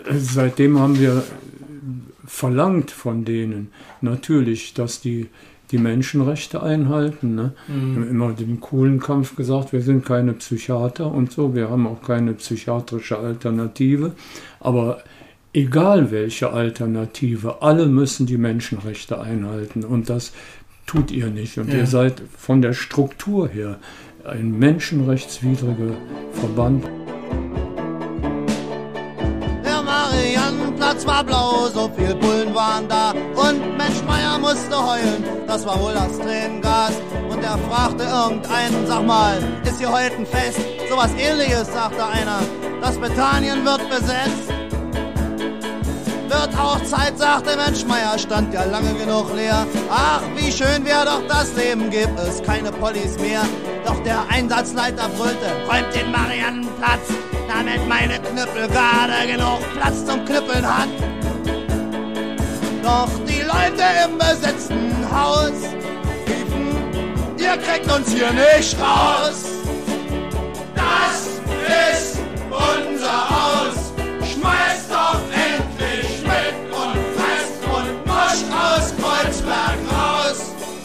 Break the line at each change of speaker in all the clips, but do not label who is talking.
Seitdem haben wir verlangt von denen natürlich, dass die Menschenrechte einhalten. Ne? Wir haben immer den coolen Kampf gesagt, wir sind keine Psychiater und so, wir haben auch keine psychiatrische Alternative, aber egal welche Alternative, alle müssen die Menschenrechte einhalten und das tut ihr nicht. Und ihr seid von der Struktur her ein menschenrechtswidriger Verband.
Mariannenplatz war blau, so viel Bullen waren da und Mensch Meier musste heulen, das war wohl das Tränengas. Und er fragte irgendeinen, sag mal, ist hier heute ein Fest? Sowas ähnliches, sagte einer, das Britannien wird besetzt. Wird auch Zeit, sagte Mensch Meier, stand ja lange genug leer. Ach, wie schön wär doch das Leben, gibt es keine Pollis mehr. Doch der Einsatzleiter brüllte, räumt den Mariannenplatz, damit meine Knüppel gerade genug Platz zum Knüppeln hat. Doch die Leute im besetzten Haus riefen, ihr kriegt uns hier nicht raus. Das ist unser Haus, schmeißt doch endlich mit und fresst und muscht aus Kreuzberg raus.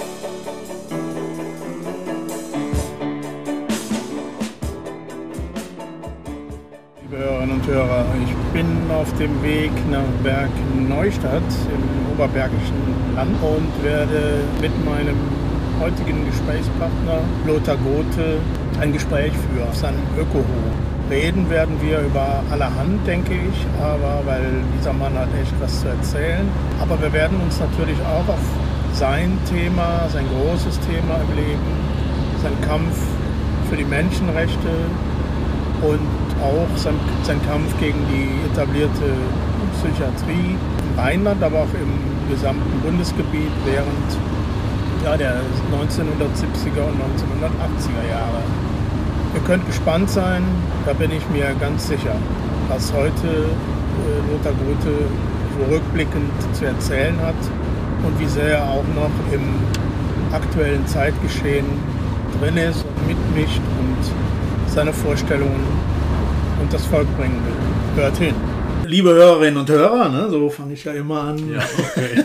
Liebe Hörerinnen und Hörer, ich bin auf dem Weg nach Bergneustadt im oberbergischen Land und werde mit meinem heutigen Gesprächspartner Lothar Gothe ein Gespräch führen auf seinem Ökohof. Reden werden wir über allerhand, denke ich, aber weil dieser Mann hat echt was zu erzählen. Aber wir werden uns natürlich auch auf sein Thema, sein großes Thema im Leben, sein Kampf für die Menschenrechte und auch sein Kampf gegen die etablierte Psychiatrie im Rheinland, aber auch im gesamten Bundesgebiet während der 1970er und 1980er Jahre. Ihr könnt gespannt sein, da bin ich mir ganz sicher, was heute Lothar Gothe so rückblickend zu erzählen hat und wie sehr er auch noch im aktuellen Zeitgeschehen drin ist und mitmischt und seine Vorstellungen und das Volk bringen will. Hört hin. Liebe Hörerinnen und Hörer, ne, so fange ich ja immer an.
Ja, okay.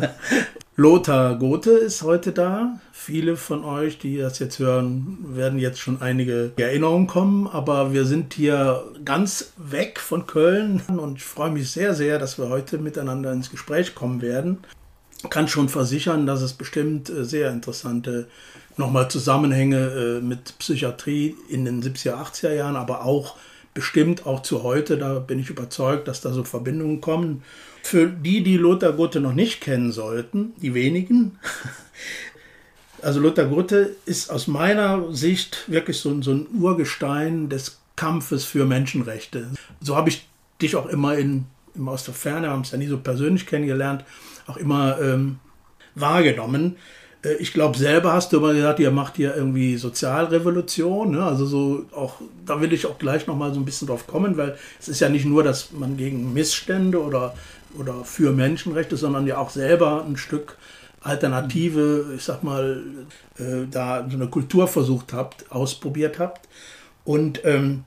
Lothar Gothe ist heute da. Viele von euch, die das jetzt hören, werden jetzt schon einige Erinnerungen kommen, aber wir sind hier ganz weg von Köln und ich freue mich sehr, sehr, dass wir heute miteinander ins Gespräch kommen werden. Ich kann schon versichern, dass es bestimmt sehr interessante nochmal Zusammenhänge mit Psychiatrie in den 70er, 80er Jahren, aber auch bestimmt auch zu heute, da bin ich überzeugt, dass da so Verbindungen kommen. Für die Lothar Gothe noch nicht kennen sollten, die wenigen, also Lothar Gothe ist aus meiner Sicht wirklich so ein Urgestein des Kampfes für Menschenrechte. So habe ich dich auch immer aus der Ferne, wir haben es ja nie so persönlich kennengelernt, auch immer wahrgenommen. Ich glaube, selber hast du immer gesagt, ihr macht hier irgendwie Sozialrevolution, ne? Also so auch, da will ich auch gleich nochmal so ein bisschen drauf kommen, weil es ist ja nicht nur, dass man gegen Missstände oder für Menschenrechte, sondern ja auch selber ein Stück Alternative, ich sag mal, da so eine Kultur ausprobiert habt. Und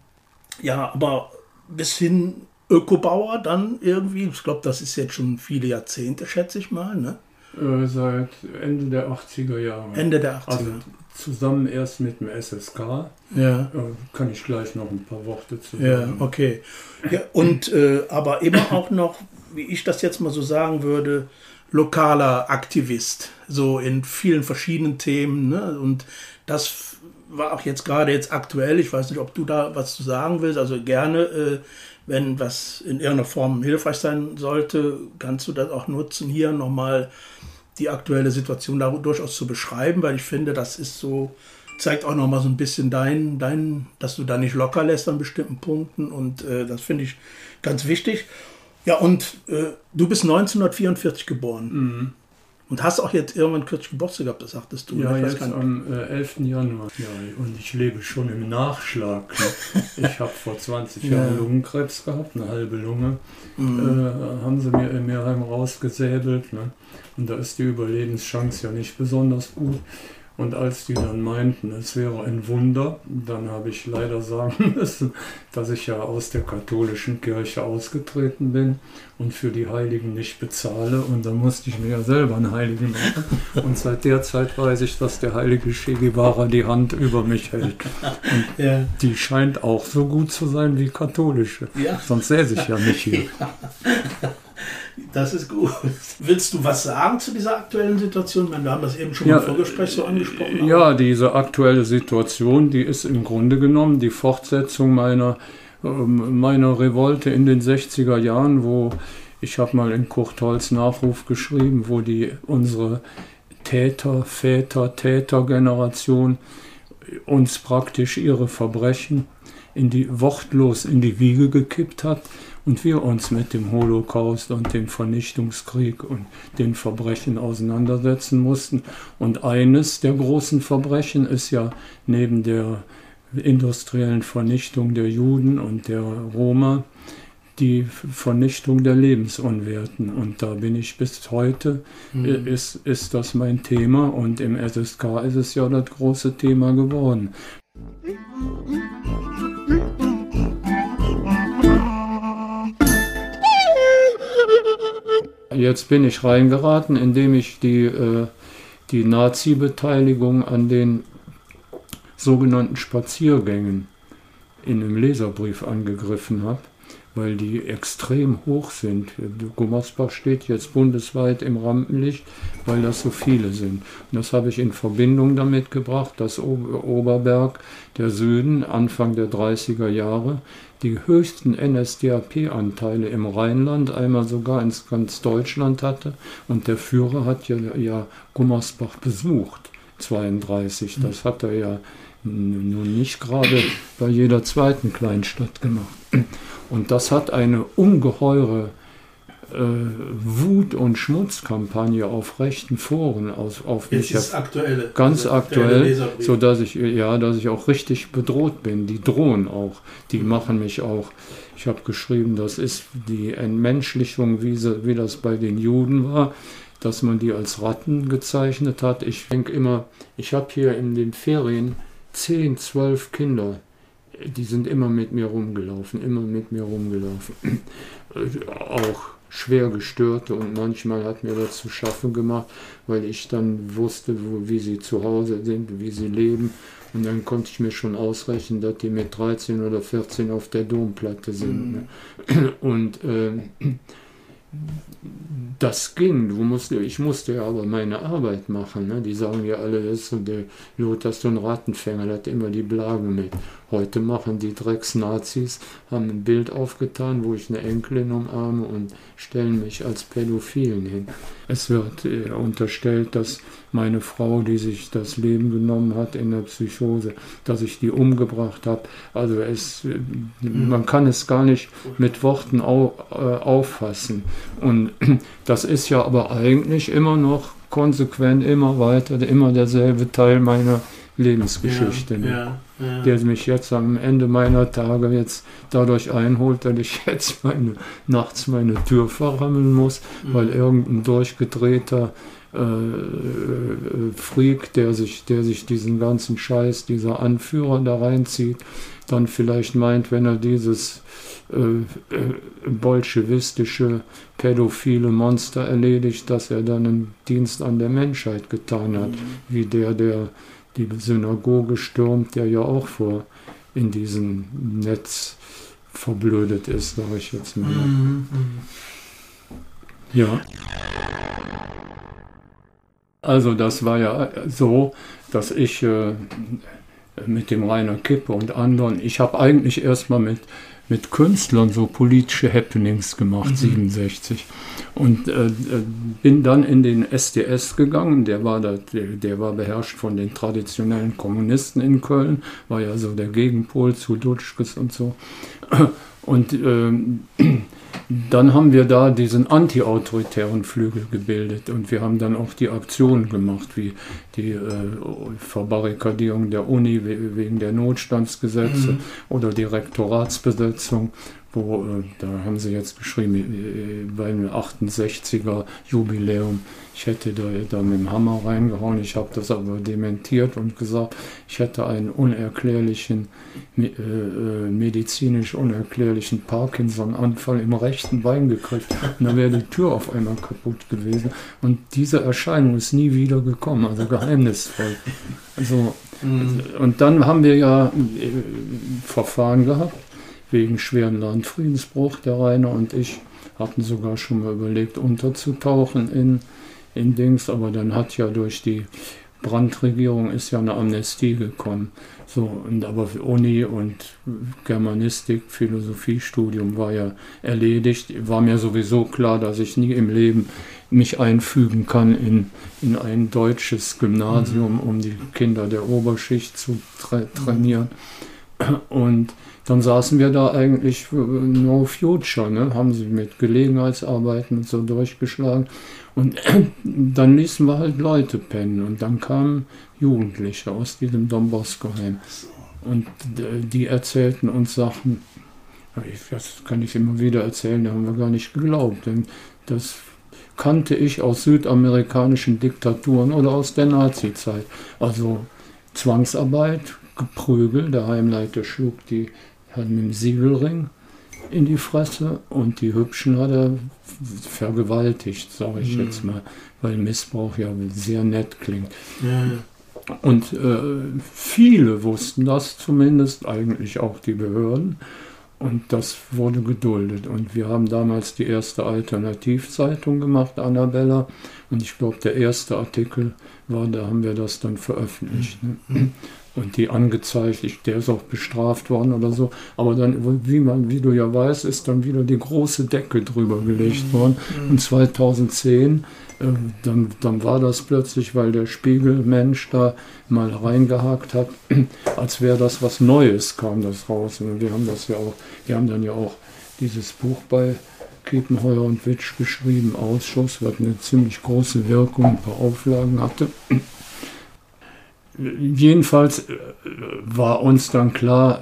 aber bis hin Ökobauer dann irgendwie, ich glaube, das ist jetzt schon viele Jahrzehnte, schätze ich mal, ne?
Seit Ende der 80er Jahre.
Ende der 80er.
Also zusammen erst mit dem SSK.
Ja.
Kann ich gleich noch ein paar Worte zu sagen.
Ja, okay. Ja, und aber immer auch noch, wie ich das jetzt mal so sagen würde, lokaler Aktivist. So in vielen verschiedenen Themen. Ne? Und das war auch jetzt aktuell. Ich weiß nicht, ob du da was zu sagen willst. Also gerne, wenn was in irgendeiner Form hilfreich sein sollte, kannst du das auch nutzen, hier nochmal die aktuelle Situation da durchaus zu beschreiben, weil ich finde, das ist so, zeigt auch nochmal so ein bisschen dass du da nicht locker lässt an bestimmten Punkten und das finde ich ganz wichtig. Ja, und du bist 1944 geboren.
Mhm.
Und hast auch jetzt irgendwann kürzlich Geburtstag gehabt, das sagtest du.
Ja, jetzt am 11. Januar. Ja, und ich lebe schon im Nachschlag. Ne? Ich habe vor 20 Jahren Lungenkrebs gehabt, eine halbe Lunge. Haben sie mir in Meerheim rausgesäbelt. Ne? Und da ist die Überlebenschance ja nicht besonders gut. Und als die dann meinten, es wäre ein Wunder, dann habe ich leider sagen müssen, dass ich ja aus der katholischen Kirche ausgetreten bin und für die Heiligen nicht bezahle. Und dann musste ich mir ja selber einen Heiligen machen. Und seit der Zeit weiß ich, dass der heilige Che Guevara die Hand über mich hält. Und ja. Die scheint auch so gut zu sein wie katholische. Ja. Sonst säße ich ja nicht hier.
Ja. Das ist gut. Willst du was sagen zu dieser aktuellen Situation? Wir haben das eben schon im Vorgespräch so angesprochen.
Ja, diese aktuelle Situation, die ist im Grunde genommen die Fortsetzung meiner Revolte in den 60er Jahren, wo ich habe mal in Kurt Holz Nachruf geschrieben, wo unsere Tätergeneration uns praktisch ihre Verbrechen wortlos in die Wiege gekippt hat. Und wir uns mit dem Holocaust und dem Vernichtungskrieg und den Verbrechen auseinandersetzen mussten. Und eines der großen Verbrechen ist ja neben der industriellen Vernichtung der Juden und der Roma die Vernichtung der Lebensunwerten. Und da bin ich bis heute, ist das mein Thema. Und im SSK ist es ja das große Thema geworden. Jetzt bin ich reingeraten, indem ich die Nazi-Beteiligung an den sogenannten Spaziergängen in einem Leserbrief angegriffen habe, weil die extrem hoch sind. Gummersbach steht jetzt bundesweit im Rampenlicht, weil das so viele sind. Und das habe ich in Verbindung damit gebracht, dass Oberberg, der Süden, Anfang der 30er Jahre, die höchsten NSDAP-Anteile im Rheinland, einmal sogar in ganz Deutschland hatte. Und der Führer hat ja Gummersbach besucht, 1932. Das hat er ja nun nicht gerade bei jeder zweiten Kleinstadt gemacht. Und das hat eine ungeheure Wut- und Schmutzkampagne auf rechten Foren auf mich.
Jetzt ist aktuelle,
ganz aktuell, so dass ich auch richtig bedroht bin. Die drohen auch, die machen mich auch. Ich habe geschrieben, das ist die Entmenschlichung, wie das bei den Juden war, dass man die als Ratten gezeichnet hat. Ich denke immer, ich habe hier in den Ferien 10, 12 Kinder, die sind immer mit mir rumgelaufen. Auch schwer gestörte, und manchmal hat mir das zu schaffen gemacht, weil ich dann wusste, wie sie zu Hause sind, wie sie leben, und dann konnte ich mir schon ausrechnen, dass die mit 13 oder 14 auf der Domplatte sind. Ne? Und das ging, ich musste ja aber meine Arbeit machen. Ne? Die sagen ja alle, der Lothar ist so ein Rattenfänger, der hat immer die Blage mit. Heute machen die Drecksnazis, haben ein Bild aufgetan, wo ich eine Enkelin umarme, und stellen mich als Pädophilen hin. Es wird unterstellt, dass meine Frau, die sich das Leben genommen hat in der Psychose, dass ich die umgebracht habe. Also man kann es gar nicht mit Worten auffassen. Und das ist ja aber eigentlich immer noch konsequent, immer weiter, immer derselbe Teil meiner Lebensgeschichte, der mich jetzt am Ende meiner Tage jetzt dadurch einholt, dass ich jetzt nachts meine Tür verrammeln muss, weil irgendein durchgedrehter Freak, der sich diesen ganzen Scheiß, dieser Anführer da reinzieht, dann vielleicht meint, wenn er dieses bolschewistische, pädophile Monster erledigt, dass er dann einen Dienst an der Menschheit getan hat, wie der die Synagoge stürmt, der ja auch in diesem Netz verblödet ist, sage ich jetzt mal. Ja. Also das war ja so, dass ich mit dem Rainer Kippe und anderen, ich habe eigentlich erstmal mit Künstlern so politische Happenings gemacht, 67. Und bin dann in den SDS gegangen, der war beherrscht von den traditionellen Kommunisten in Köln, war ja so der Gegenpol zu Dutschkes und so. Und dann haben wir da diesen antiautoritären Flügel gebildet, und wir haben dann auch die Aktionen gemacht, wie die Verbarrikadierung der Uni wegen der Notstandsgesetze oder die Rektoratsbesetzung, da haben sie jetzt geschrieben, beim 68er Jubiläum, ich hätte da mit dem Hammer reingehauen. Ich habe das aber dementiert und gesagt, ich hätte einen medizinisch unerklärlichen Parkinson-Anfall im rechten Bein gekriegt. Und da wäre die Tür auf einmal kaputt gewesen. Und diese Erscheinung ist nie wieder gekommen, also geheimnisvoll. Also, und dann haben wir ja Verfahren gehabt, wegen schweren Landfriedensbruch. Der Rainer und ich hatten sogar schon mal überlegt, unterzutauchen in Dings, aber dann hat ja durch die Brandt-Regierung ist ja eine Amnestie gekommen. So, aber Uni und Germanistik, Philosophiestudium war ja erledigt. War mir sowieso klar, dass ich nie im Leben mich einfügen kann in ein deutsches Gymnasium, um die Kinder der Oberschicht zu trainieren. Und dann saßen wir da eigentlich no future, ne? Haben sie mit Gelegenheitsarbeiten und so durchgeschlagen. Und dann ließen wir halt Leute pennen. Und dann kamen Jugendliche aus diesem Don Bosco Heim. Und die erzählten uns Sachen, das kann ich immer wieder erzählen, da haben wir gar nicht geglaubt. Denn das kannte ich aus südamerikanischen Diktaturen oder aus der Nazi-Zeit. Also Zwangsarbeit, Geprügel, der Heimleiter schlug die mit dem Siegelring in die Fresse und die Hübschen hat er vergewaltigt, sage ich jetzt mal, weil Missbrauch ja sehr nett klingt. Ja. Und viele wussten das zumindest, eigentlich auch die Behörden, und das wurde geduldet. Und wir haben damals die erste Alternativzeitung gemacht, Annabella, und ich glaube, der erste Artikel war, da haben wir das dann veröffentlicht. Ne? Und die angezeigt, der ist auch bestraft worden oder so. Aber dann, wie du ja weißt, ist dann wieder die große Decke drüber gelegt worden. Und 2010, dann war das plötzlich, weil der Spiegelmensch da mal reingehakt hat, als wäre das was Neues, kam das raus. Und wir haben dann ja auch dieses Buch bei Kiepenheuer und Witsch geschrieben, Ausschuss, was eine ziemlich große Wirkung, ein paar Auflagen hatte. Jedenfalls war uns dann klar,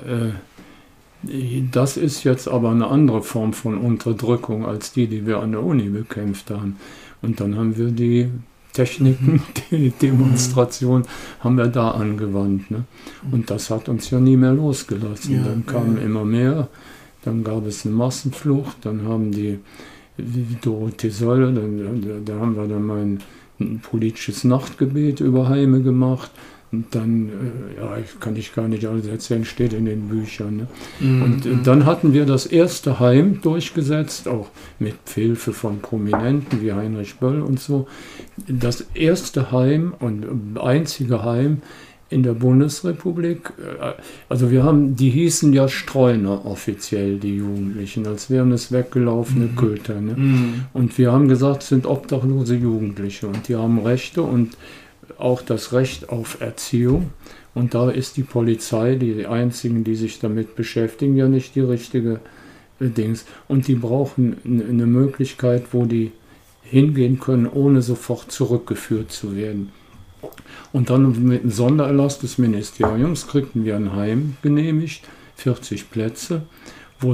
das ist jetzt aber eine andere Form von Unterdrückung als die wir an der Uni bekämpft haben. Und dann haben wir die Techniken, die Demonstration, haben wir da angewandt. Ne? Und das hat uns ja nie mehr losgelassen. Ja, dann kamen immer mehr, dann gab es eine Massenflucht, dann haben die Dorothee Sölle, da haben wir dann mal ein politisches Nachtgebet über Heime gemacht. Und dann, kann ich gar nicht alles erzählen, steht in den Büchern. Ne? Und dann hatten wir das erste Heim durchgesetzt, auch mit Hilfe von Prominenten wie Heinrich Böll und so. Das erste Heim und einzige Heim in der Bundesrepublik. Also die hießen ja Streuner offiziell, die Jugendlichen, als wären es weggelaufene Köter. Ne? Und wir haben gesagt, es sind obdachlose Jugendliche und die haben Rechte und auch das Recht auf Erziehung. Und da ist die Polizei, die einzigen, die sich damit beschäftigen, ja nicht die richtige Dings. Und die brauchen eine Möglichkeit, wo die hingehen können, ohne sofort zurückgeführt zu werden. Und dann mit einem Sondererlass des Ministeriums kriegten wir ein Heim genehmigt, 40 Plätze, wo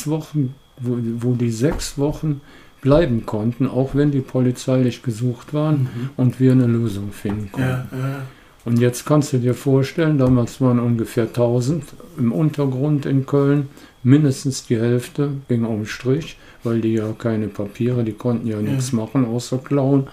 die 6 Wochen bleiben konnten, auch wenn die polizeilich gesucht waren und wir eine Lösung finden konnten. Ja. Und jetzt kannst du dir vorstellen, damals waren ungefähr 1000 im Untergrund in Köln, mindestens die Hälfte ging um Strich, weil die ja keine Papiere, die konnten ja nichts machen außer klauen.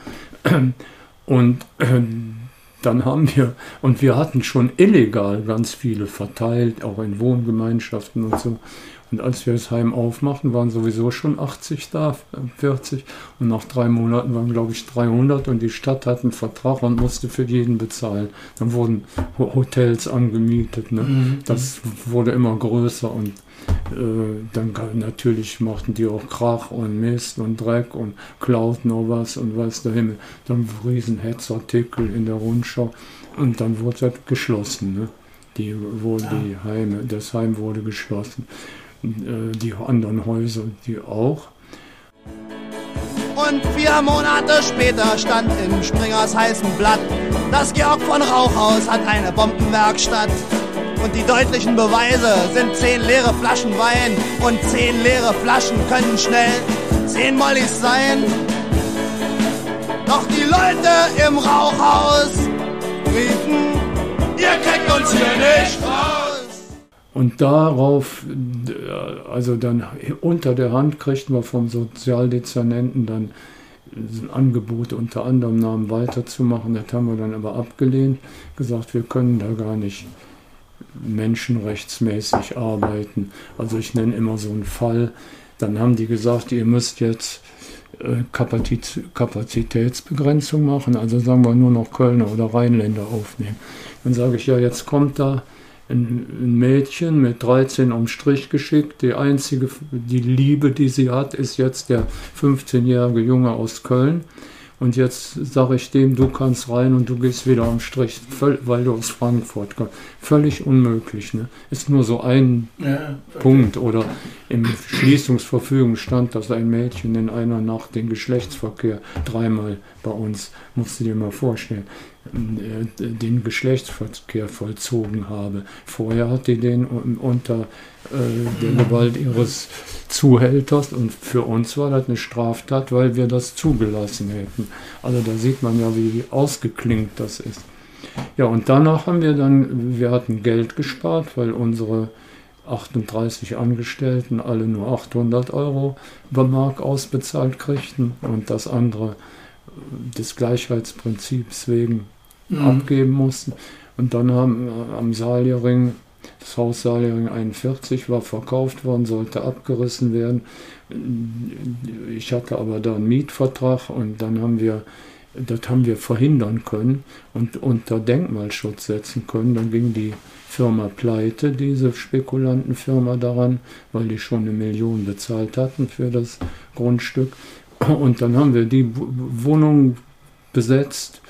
Und dann wir hatten schon illegal ganz viele verteilt, auch in Wohngemeinschaften und so. Und als wir das Heim aufmachten, waren sowieso schon 80 da, 40. Und nach 3 Monaten waren, glaube ich, 300. Und die Stadt hat einen Vertrag und musste für jeden bezahlen. Dann wurden Hotels angemietet. Ne? Das wurde immer größer. Und dann natürlich machten die auch Krach und Mist und Dreck und klauten noch was und weiß der Himmel. Dann riesen Hetzartikel in der Rundschau. Und dann wurde das geschlossen. Ne? Das Heim wurde geschlossen. Die anderen Häuser, die auch.
Und 4 Monate später stand in Springers heißem Blatt, das Georg von Rauchhaus hat eine Bombenwerkstatt. Und die deutlichen Beweise sind 10 leere Flaschen Wein. Und 10 leere Flaschen können schnell 10 Mollys sein. Doch die Leute im Rauchhaus riefen, ihr kriegt uns hier nicht raus.
Und darauf, also dann unter der Hand kriegten wir vom Sozialdezernenten dann ein Angebot, unter anderem Namen weiterzumachen. Das haben wir dann aber abgelehnt, gesagt, wir können da gar nicht menschenrechtsmäßig arbeiten. Also ich nenne immer so einen Fall. Dann haben die gesagt, ihr müsst jetzt Kapazitätsbegrenzung machen, also sagen wir nur noch Kölner oder Rheinländer aufnehmen. Dann sage ich, ja, jetzt kommt da ein Mädchen mit 13 am Strich geschickt. Die Liebe, die sie hat, ist jetzt der 15-jährige Junge aus Köln. Und jetzt sage ich dem, du kannst rein und du gehst wieder am Strich, weil du aus Frankfurt kommst. Völlig unmöglich. Ne? Ist nur so ein Punkt. Oder im Schließungsverfügung stand, dass ein Mädchen in einer Nacht den Geschlechtsverkehr 3-mal bei uns, musst du dir mal vorstellen, den Geschlechtsverkehr vollzogen habe. Vorher hat die den unter der Gewalt ihres Zuhälters und für uns war das eine Straftat, weil wir das zugelassen hätten. Also da sieht man ja, wie ausgeklingt das ist. Ja, und danach haben wir hatten Geld gespart, weil unsere 38 Angestellten alle nur 800 Euro Mark ausbezahlt kriegten und das andere des Gleichheitsprinzips wegen abgeben mussten. Und dann haben am Saalierring, das Haus Saalierring 41 war verkauft worden, sollte abgerissen werden. Ich hatte aber da einen Mietvertrag und dann haben wir verhindern können und unter Denkmalschutz setzen können. Dann ging die Firma pleite, diese Spekulantenfirma daran, weil die schon 1 Million bezahlt hatten für das Grundstück. Und dann haben wir die Wohnung besetzt.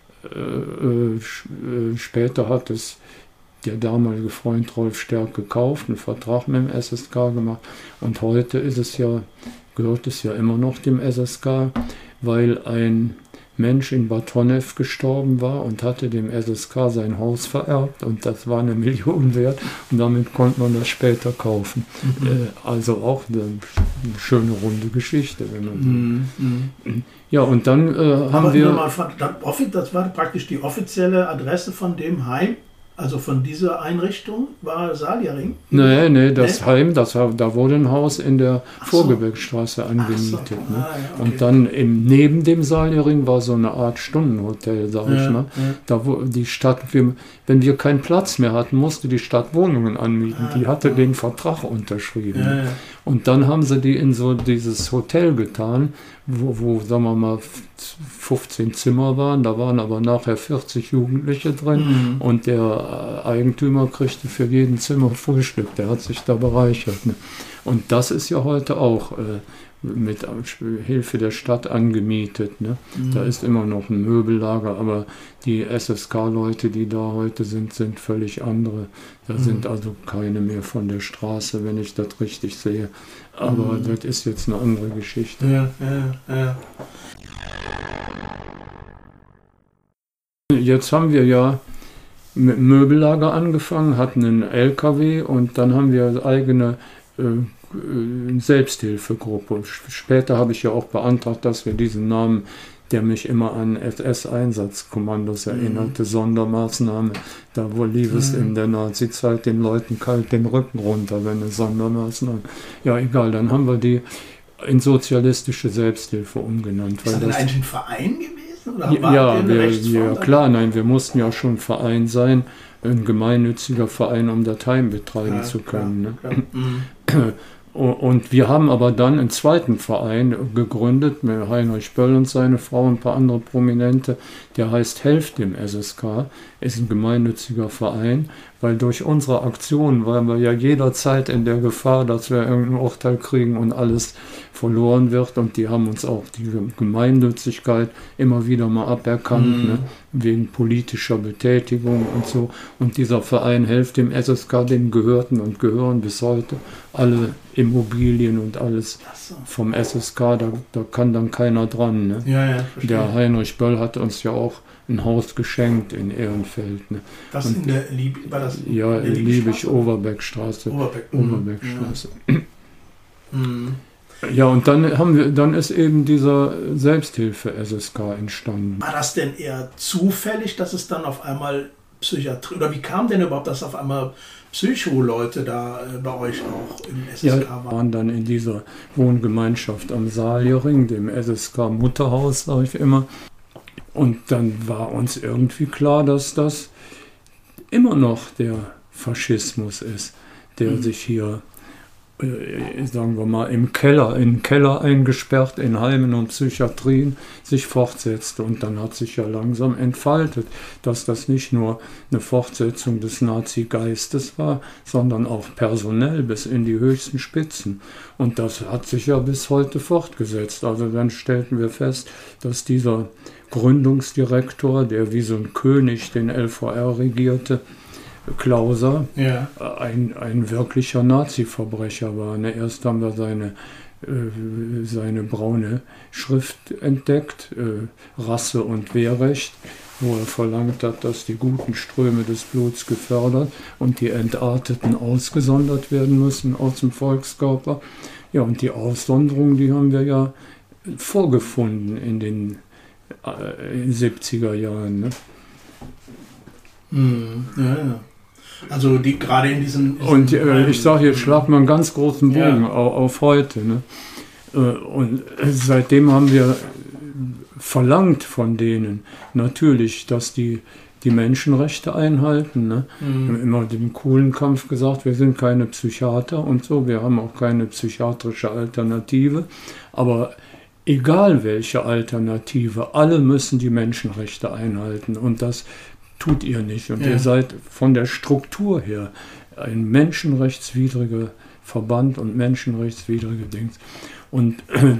Später hat es der damalige Freund Rolf Stärk gekauft, einen Vertrag mit dem SSK gemacht. Und heute gehört es ja immer noch dem SSK, weil ein Mensch in Bad Honnef gestorben war und hatte dem SSK sein Haus vererbt und das war 1 Million wert und damit konnte man das später kaufen. Also auch eine schöne runde Geschichte, wenn man so. Ja, und dann haben wir...
Das war praktisch die offizielle Adresse von dem Heim? Also von dieser Einrichtung war Saalierring?
Nee, das Heim, da wurde ein Haus in der Vorgebirgsstraße angemietet.
So.
Ne?
Okay.
Und dann neben dem Saalierring war so eine Art Stundenhotel, sag ich mal. Da wo die Stadt, wenn wir keinen Platz mehr hatten, musste die Stadt Wohnungen anmieten. Die hatte den Vertrag unterschrieben. Und dann haben sie die in so dieses Hotel getan, wo sagen wir mal 15 Zimmer waren, da waren aber nachher 40 Jugendliche drin und der Eigentümer kriegte für jeden Zimmer Frühstück, der hat sich da bereichert. Ne? Und das ist ja heute auch mit Hilfe der Stadt angemietet. Ne? Da ist immer noch ein Möbellager, aber die SSK-Leute, die da heute sind völlig andere. Da sind also keine mehr von der Straße, wenn ich das richtig sehe. Aber das ist jetzt eine andere Geschichte.
Ja.
Jetzt haben wir ja mit dem Möbellager angefangen, hatten einen LKW und dann haben wir eigene Selbsthilfegruppe. Später habe ich ja auch beantragt, dass wir diesen Namen, der mich immer an SS-Einsatzkommandos erinnerte, Sondermaßnahme, da wo lief es in der Nazi-Zeit den Leuten kalt den Rücken runter, wenn eine Sondermaßnahme. Ja, egal, dann haben wir die in sozialistische Selbsthilfe umgenannt.
Ist das eigentlich ein Verein gewesen? Oder
ja, klar, nein, wir mussten ja schon Verein sein, ein gemeinnütziger Verein, um das Heim betreiben zu können. Klar. Ne? Und wir haben aber dann einen zweiten Verein gegründet mit Heinrich Böll und seine Frau und ein paar andere Prominente, der heißt Helft dem SSK, ist ein gemeinnütziger Verein, weil durch unsere Aktionen waren wir ja jederzeit in der Gefahr, dass wir irgendein Urteil kriegen und alles verloren wird und die haben uns auch die Gemeinnützigkeit immer wieder mal aberkannt, ne, wegen politischer Betätigung und so. Und dieser Verein Helft dem SSK, dem gehörten und gehören bis heute alle Immobilien und alles vom SSK, da kann dann keiner dran. Ne?
Ja,
der Heinrich Böll hat uns ja auch ein Haus geschenkt in Ehrenfeld. Ne?
War das das?
Ja, Liebig-Overbeckstraße. Overbeckstraße. Ja, und dann ist eben dieser Selbsthilfe-SSK entstanden.
War das denn eher zufällig, dass es dann auf einmal Psychiatrie, oder wie kam denn überhaupt, dass auf einmal Psycho-Leute da bei euch auch im SSK
waren dann in dieser Wohngemeinschaft am Saaliering, dem SSK-Mutterhaus, sage ich immer. Und dann war uns irgendwie klar, dass das immer noch der Faschismus ist, der sich hier, sagen wir mal, in den Keller eingesperrt, in Heimen und Psychiatrien sich fortsetzte. Und dann hat sich ja langsam entfaltet, dass das nicht nur eine Fortsetzung des Nazi-Geistes war, sondern auch personell bis in die höchsten Spitzen. Und das hat sich ja bis heute fortgesetzt. Also dann stellten wir fest, dass dieser Gründungsdirektor, der wie so ein König den LVR regierte, Klauser, ein wirklicher Nazi-Verbrecher war. Erst haben wir seine braune Schrift entdeckt, Rasse- und Wehrrecht, wo er verlangt hat, dass die guten Ströme des Bluts gefördert und die Entarteten ausgesondert werden müssen aus dem Volkskörper. Ja, und die Aussonderung, die haben wir ja vorgefunden in den 70er Jahren. Ne?
Ja. Also die gerade in diesen
und ich sage, jetzt schlag mal einen ganz großen Bogen auf heute. Ne? Und seitdem haben wir verlangt von denen natürlich, dass die Menschenrechte einhalten. Ne? Wir haben immer den coolen Kampf gesagt, wir sind keine Psychiater und so, wir haben auch keine psychiatrische Alternative. Aber egal welche Alternative, alle müssen die Menschenrechte einhalten und das tut ihr nicht. Und ihr seid von der Struktur her ein menschenrechtswidriger Verband und menschenrechtswidrige Dings. Und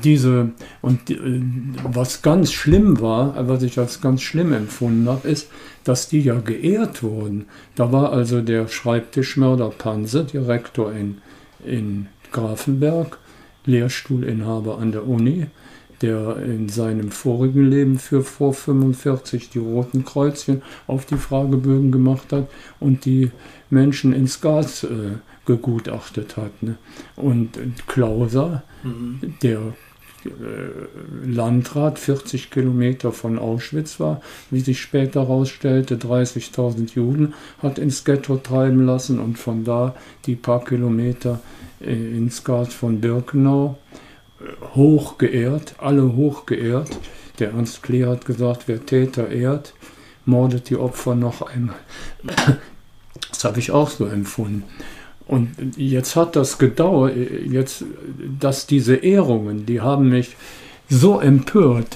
was ganz schlimm war, was ich als ganz schlimm empfunden habe, ist, dass die ja geehrt wurden. Da war also der Schreibtischmörder Panse, Direktor in Grafenberg, Lehrstuhlinhaber an der Uni, der in seinem vorigen Leben vor 45 die roten Kreuzchen auf die Fragebögen gemacht hat und die Menschen ins Gas gegutachtet hat. Ne? Und Klauser, der Landrat, 40 Kilometer von Auschwitz war, wie sich später herausstellte, 30.000 Juden hat ins Ghetto treiben lassen und von da die paar Kilometer ins Gas von Birkenau. Hoch geehrt, alle hoch geehrt. Der Ernst Klee hat gesagt, wer Täter ehrt, mordet die Opfer noch einmal. Das habe ich auch so empfunden. Und jetzt hat das gedauert, dass diese Ehrungen, die haben mich so empört,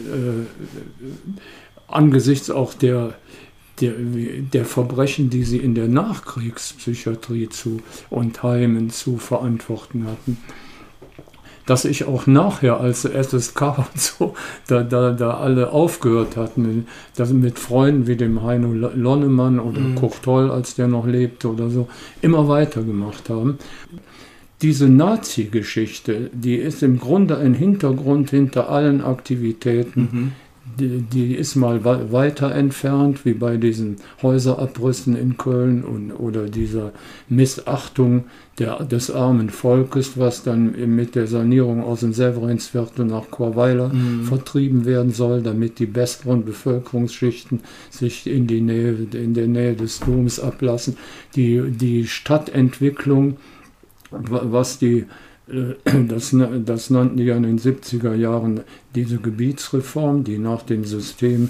angesichts auch der Verbrechen, die sie in der Nachkriegspsychiatrie und Heimen zu verantworten hatten, dass ich auch nachher als SSK und so, da alle aufgehört hatten, dass mit Freunden wie dem Heino Lonnemann oder Kurt Toll, als der noch lebte oder so, immer weitergemacht haben. Diese Nazi-Geschichte, die ist im Grunde ein Hintergrund hinter allen Aktivitäten. Die ist mal weiter entfernt, wie bei diesen Häuserabrissen in Köln oder dieser Missachtung des armen Volkes, was dann mit der Sanierung aus dem Severinsviertel nach Chorweiler vertrieben werden soll, damit die besseren Bevölkerungsschichten sich in der Nähe des Doms ablassen. Die Stadtentwicklung, was das nannten die ja in den 70er Jahren diese Gebietsreform, die nach dem System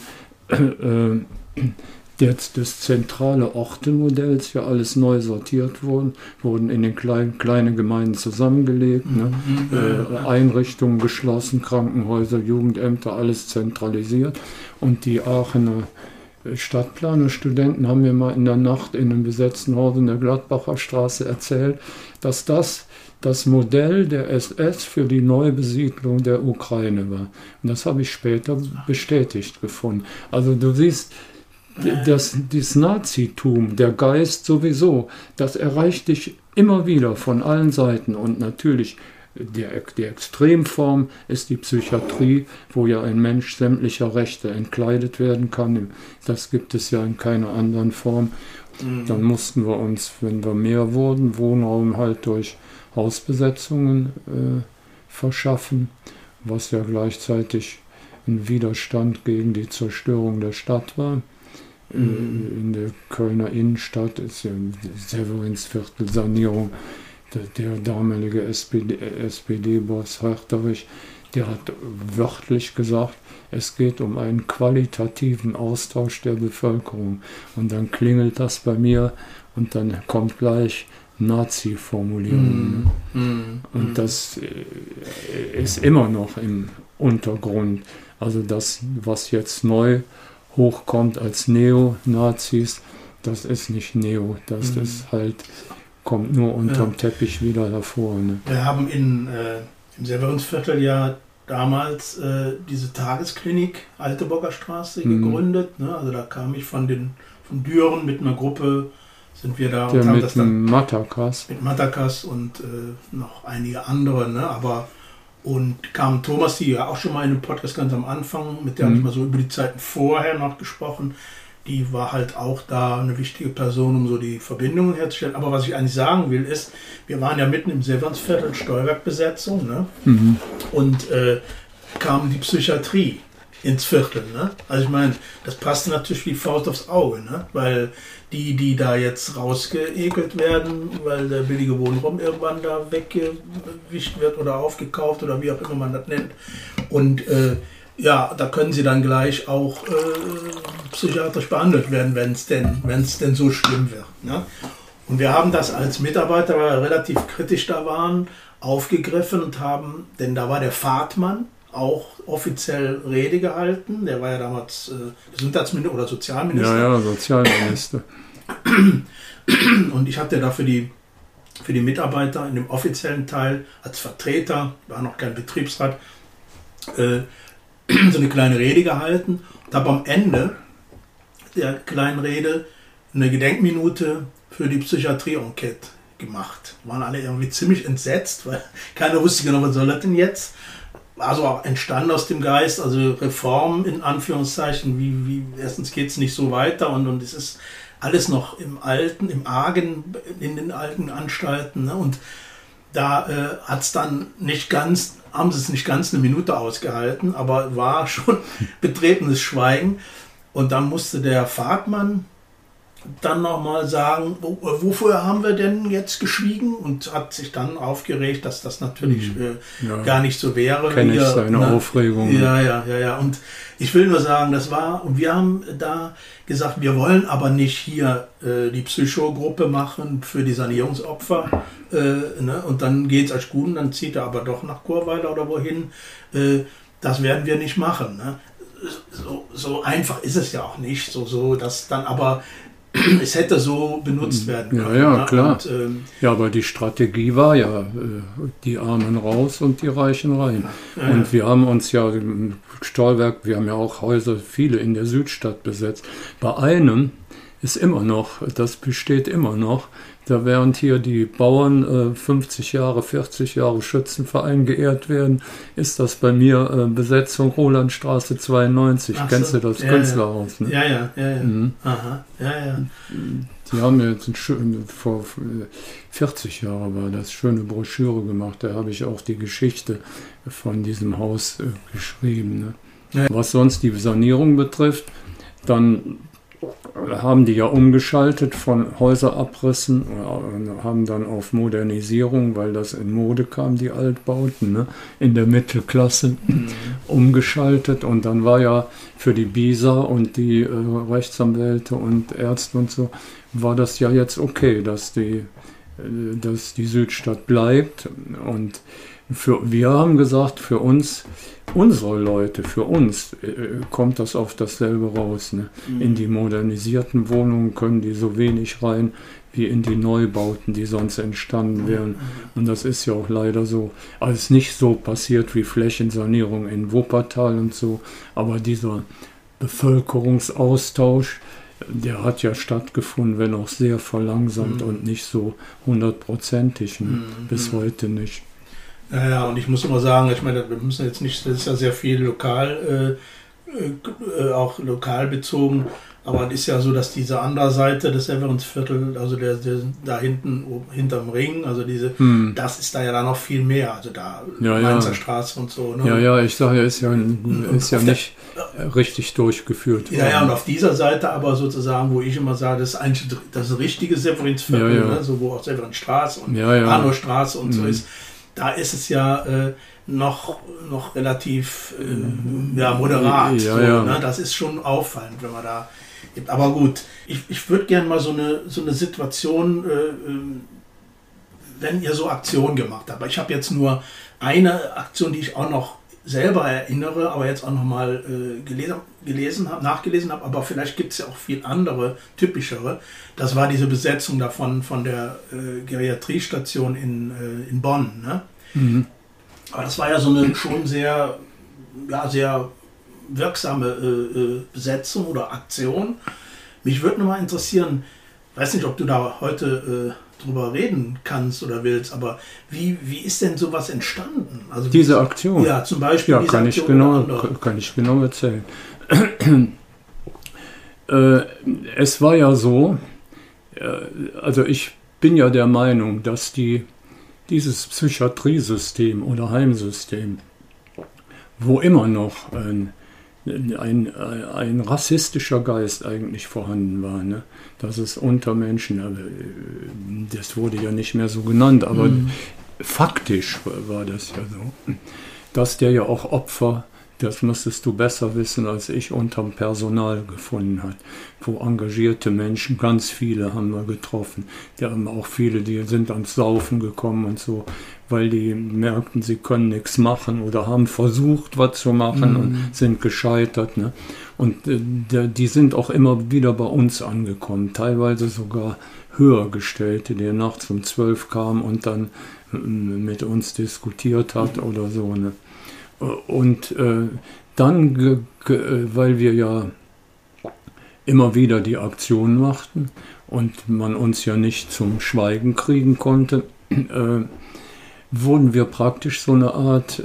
des zentrale Orte-Modells ja alles neu sortiert wurden in den kleinen Gemeinden zusammengelegt, Einrichtungen geschlossen, Krankenhäuser, Jugendämter, alles zentralisiert. Und die Aachener Stadtplanerstudenten haben mir mal in der Nacht in einem besetzten Haus in der Gladbacher Straße erzählt, dass das Modell der SS für die Neubesiedlung der Ukraine war. Und das habe ich später bestätigt gefunden. Also du siehst, das Nazitum, der Geist sowieso, das erreicht dich immer wieder von allen Seiten. Und natürlich die Extremform ist die Psychiatrie, wo ja ein Mensch sämtlicher Rechte entkleidet werden kann. Das gibt es ja in keiner anderen Form. Dann mussten wir uns, wenn wir mehr wurden, Wohnraum halt durch Hausbesetzungen verschaffen, was ja gleichzeitig ein Widerstand gegen die Zerstörung der Stadt war. In der Kölner Innenstadt ist ja Severinsviertel Sanierung. Der damalige SPD-Boss Herterich, der hat wörtlich gesagt, es geht um einen qualitativen Austausch der Bevölkerung. Und dann klingelt das bei mir und dann kommt gleich Nazi-Formulierung. Und das ist immer noch im Untergrund. Also das, was jetzt neu hochkommt als Neonazis, das ist nicht Neo, das ist halt, kommt nur unterm Teppich wieder hervor. Ne?
Wir haben im Severinsviertel ja damals diese Tagesklinik Alteburger Straße gegründet. Ne? Also da kam ich von Düren mit einer Gruppe, sind wir da und haben das dann
Matakas.
Mit Matakas und noch einige andere, ne? Und kam Thomas, die ja auch schon mal in einem Podcast ganz am Anfang, mit der habe ich mal so über die Zeiten vorher noch gesprochen. Die war halt auch da eine wichtige Person, um so die Verbindungen herzustellen. Aber was ich eigentlich sagen will, ist, wir waren ja mitten im Severinsviertel, Stolberg-Besetzung, ne? Und kam die Psychiatrie ins Viertel. Ne? Also ich meine, das passt natürlich wie Faust aufs Auge, ne? Weil die da jetzt rausgeekelt werden, weil der billige Wohnraum irgendwann da weggewischt wird oder aufgekauft oder wie auch immer man das nennt. Und da können sie dann gleich auch psychiatrisch behandelt werden, wenn es denn so schlimm wird. Ne? Und wir haben das als Mitarbeiter, weil wir relativ kritisch da waren, aufgegriffen und haben, denn da war der Fahrtmann auch offiziell Rede gehalten. Der war ja damals Gesundheitsminister oder Sozialminister.
Ja, Sozialminister.
Und ich hatte da für die Mitarbeiter in dem offiziellen Teil als Vertreter, war noch kein Betriebsrat, so eine kleine Rede gehalten und habe am Ende der kleinen Rede eine Gedenkminute für die Psychiatrie-Enquete gemacht. Waren alle irgendwie ziemlich entsetzt, weil keiner wusste genau, was soll das denn jetzt? Also auch entstanden aus dem Geist, also Reform in Anführungszeichen, wie erstens geht es nicht so weiter und es ist alles noch im Argen, in den alten Anstalten, ne? Und da haben sie es nicht ganz eine Minute ausgehalten, aber war schon betretenes Schweigen. Und dann musste der Fahrtmann dann nochmal sagen, wofür haben wir denn jetzt geschwiegen? Und hat sich dann aufgeregt, dass das natürlich gar nicht so wäre.
Kenne ich seine Aufregung.
Ja. Und ich will nur sagen, und wir haben da gesagt, wir wollen aber nicht hier die Psychogruppe machen für die Sanierungsopfer. Ne? Und dann geht es als gut und dann zieht er aber doch nach Chorweiler oder wohin. Das werden wir nicht machen. Ne? So einfach ist es ja auch nicht. So dass dann aber es hätte so benutzt werden können.
Ja, klar. Und, aber die Strategie war ja, die Armen raus und die Reichen rein. Ja. Und wir haben uns ja im Stolberg, wir haben ja auch Häuser, viele in der Südstadt besetzt. Bei einem ist das besteht immer noch, da während hier die Bauern 50 Jahre, 40 Jahre Schützenverein geehrt werden, ist das bei mir Besetzung Rolandstraße 92. Kennst du das Künstlerhaus? Ne?
Ja.
Aha, ja. Die haben jetzt vor 40 Jahren war das, schöne Broschüre gemacht, da habe ich auch die Geschichte von diesem Haus geschrieben. Ne? Ja. Was sonst die Sanierung betrifft, dann haben die ja umgeschaltet von Häuserabrissen und haben dann auf Modernisierung, weil das in Mode kam, die Altbauten, ne, in der Mittelklasse umgeschaltet. Und dann war ja für die BISA und die Rechtsanwälte und Ärzte und so, war das ja jetzt okay, dass die Südstadt bleibt. Und wir haben gesagt, für uns, unsere Leute, für uns kommt das auf dasselbe raus. Ne? In die modernisierten Wohnungen können die so wenig rein wie in die Neubauten, die sonst entstanden wären. Und das ist ja auch leider so. Also es ist nicht so passiert wie Flächensanierung in Wuppertal und so, aber dieser Bevölkerungsaustausch, der hat ja stattgefunden, wenn auch sehr verlangsamt und nicht so 100%ig, ne? Bis heute nicht.
Ja, und ich muss immer sagen, ich meine, wir müssen jetzt nicht, das ist ja sehr viel auch lokal bezogen. Aber es ist ja so, dass diese andere Seite des Severinsviertel, also der da hinten, hinterm Ring, also das ist da ja dann noch viel mehr. Also da Mainzer Straße und so. Ne?
Ja, ich sage ja, ist ja nicht richtig durchgeführt.
Ja, und auf dieser Seite aber sozusagen, wo ich immer sage, das ist eigentlich das richtige Severinsviertel, ne? So wo auch Severinstraße und Arnostraße und so ist. Da ist es ja noch relativ moderat. Ne? Das ist schon auffallend, wenn man da. Aber gut, ich würde gerne mal so eine Situation, wenn ihr so Aktionen gemacht habt. Ich habe jetzt nur eine Aktion, die ich auch noch selber erinnere, aber jetzt auch noch mal nachgelesen habe. Aber vielleicht gibt es ja auch viel andere, typischere. Das war diese Besetzung davon von der Geriatriestation in Bonn. Ne? Mhm. Aber das war ja so eine schon sehr wirksame Besetzung oder Aktion. Mich würde nur mal interessieren, weiß nicht, ob du da heute drüber reden kannst oder willst, aber wie ist denn sowas entstanden? Also
diese Aktion?
Ja, zum Beispiel.
Ja, kann ich genau erzählen. Es war ja so, also ich bin ja der Meinung, dass dieses Psychiatriesystem oder Heimsystem, wo immer noch ein rassistischer Geist eigentlich vorhanden war, ne? Dass es unter Menschen, das wurde ja nicht mehr so genannt, aber faktisch war das ja so, dass der ja auch Opfer, das müsstest du besser wissen als ich, unterm Personal gefunden hat, wo engagierte Menschen, ganz viele haben wir getroffen, die haben auch viele, die sind ans Saufen gekommen und so, weil die merkten, sie können nichts machen oder haben versucht, was zu machen und sind gescheitert. Ne? Und die sind auch immer wieder bei uns angekommen, teilweise sogar höher gestellte, die nachts um 12 kamen und dann mit uns diskutiert hat oder so. Ne? Und dann, weil wir ja immer wieder die Aktion machten und man uns ja nicht zum Schweigen kriegen konnte, wurden wir praktisch so eine Art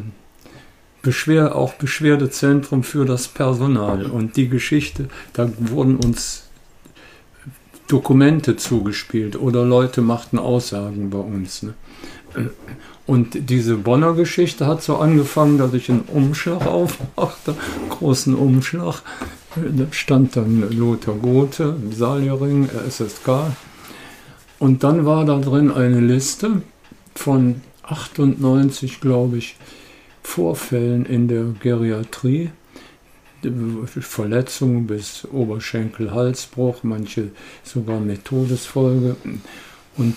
Beschwerdezentrum für das Personal. Und die Geschichte, da wurden uns Dokumente zugespielt oder Leute machten Aussagen bei uns. Ne? Und diese Bonner Geschichte hat so angefangen, dass ich einen Umschlag aufmachte, einen großen Umschlag. Da stand dann Lothar Gothe, Salierring, SSK. Und dann war da drin eine Liste von 98, glaube ich, Vorfällen in der Geriatrie. Verletzungen bis Oberschenkel-Halsbruch, manche sogar mit Todesfolge. Und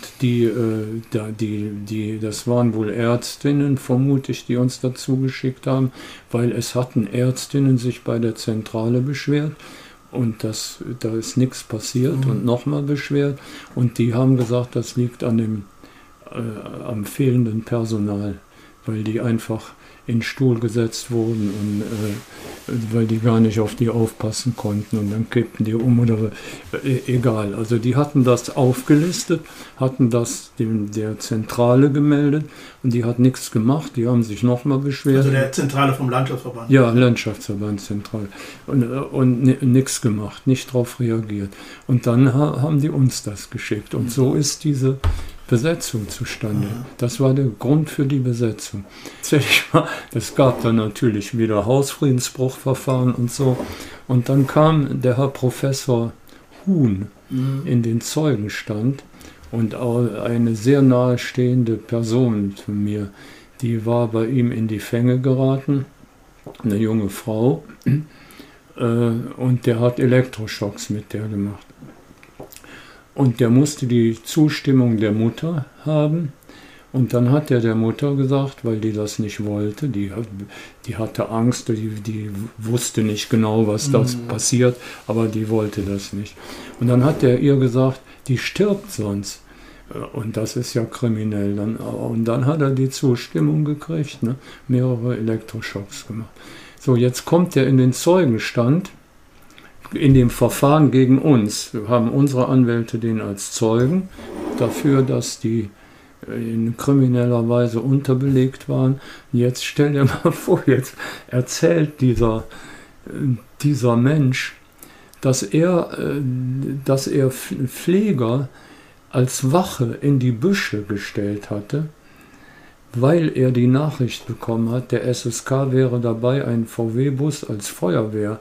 das waren wohl Ärztinnen, vermute ich, die uns dazu geschickt haben, weil es hatten Ärztinnen sich bei der Zentrale beschwert und da ist nichts passiert und nochmal beschwert. Und die haben gesagt, das liegt am fehlenden Personal, weil die einfach in den Stuhl gesetzt wurden und weil die gar nicht auf die aufpassen konnten und dann kippten die um oder egal. Also die hatten das aufgelistet, hatten das der Zentrale gemeldet und die hat nichts gemacht, die haben sich nochmal beschwert.
Also der Zentrale vom Landschaftsverband?
Ja, Landschaftsverband Zentrale. Und nichts gemacht, nicht darauf reagiert. Und dann haben die uns das geschickt und so ist diese Besetzung zustande. Das war der Grund für die Besetzung. Es gab dann natürlich wieder Hausfriedensbruchverfahren und so. Und dann kam der Herr Professor Huhn in den Zeugenstand und auch eine sehr nahestehende Person von mir, die war bei ihm in die Fänge geraten, eine junge Frau, und der hat Elektroschocks mit der gemacht. Und der musste die Zustimmung der Mutter haben. Und dann hat er der Mutter gesagt, weil die das nicht wollte, die hatte Angst, die wusste nicht genau, was das passiert, aber die wollte das nicht. Und dann hat er ihr gesagt, die stirbt sonst. Und das ist ja kriminell. Und dann hat er die Zustimmung gekriegt, ne? Mehrere Elektroschocks gemacht. So, jetzt kommt er in den Zeugenstand. In dem Verfahren gegen uns haben unsere Anwälte den als Zeugen dafür, dass die in krimineller Weise unterbelegt waren. Jetzt stell dir mal vor, jetzt erzählt dieser Mensch, dass er Pfleger als Wache in die Büsche gestellt hatte, weil er die Nachricht bekommen hat, der SSK wäre dabei, einen VW-Bus als Feuerwehrauto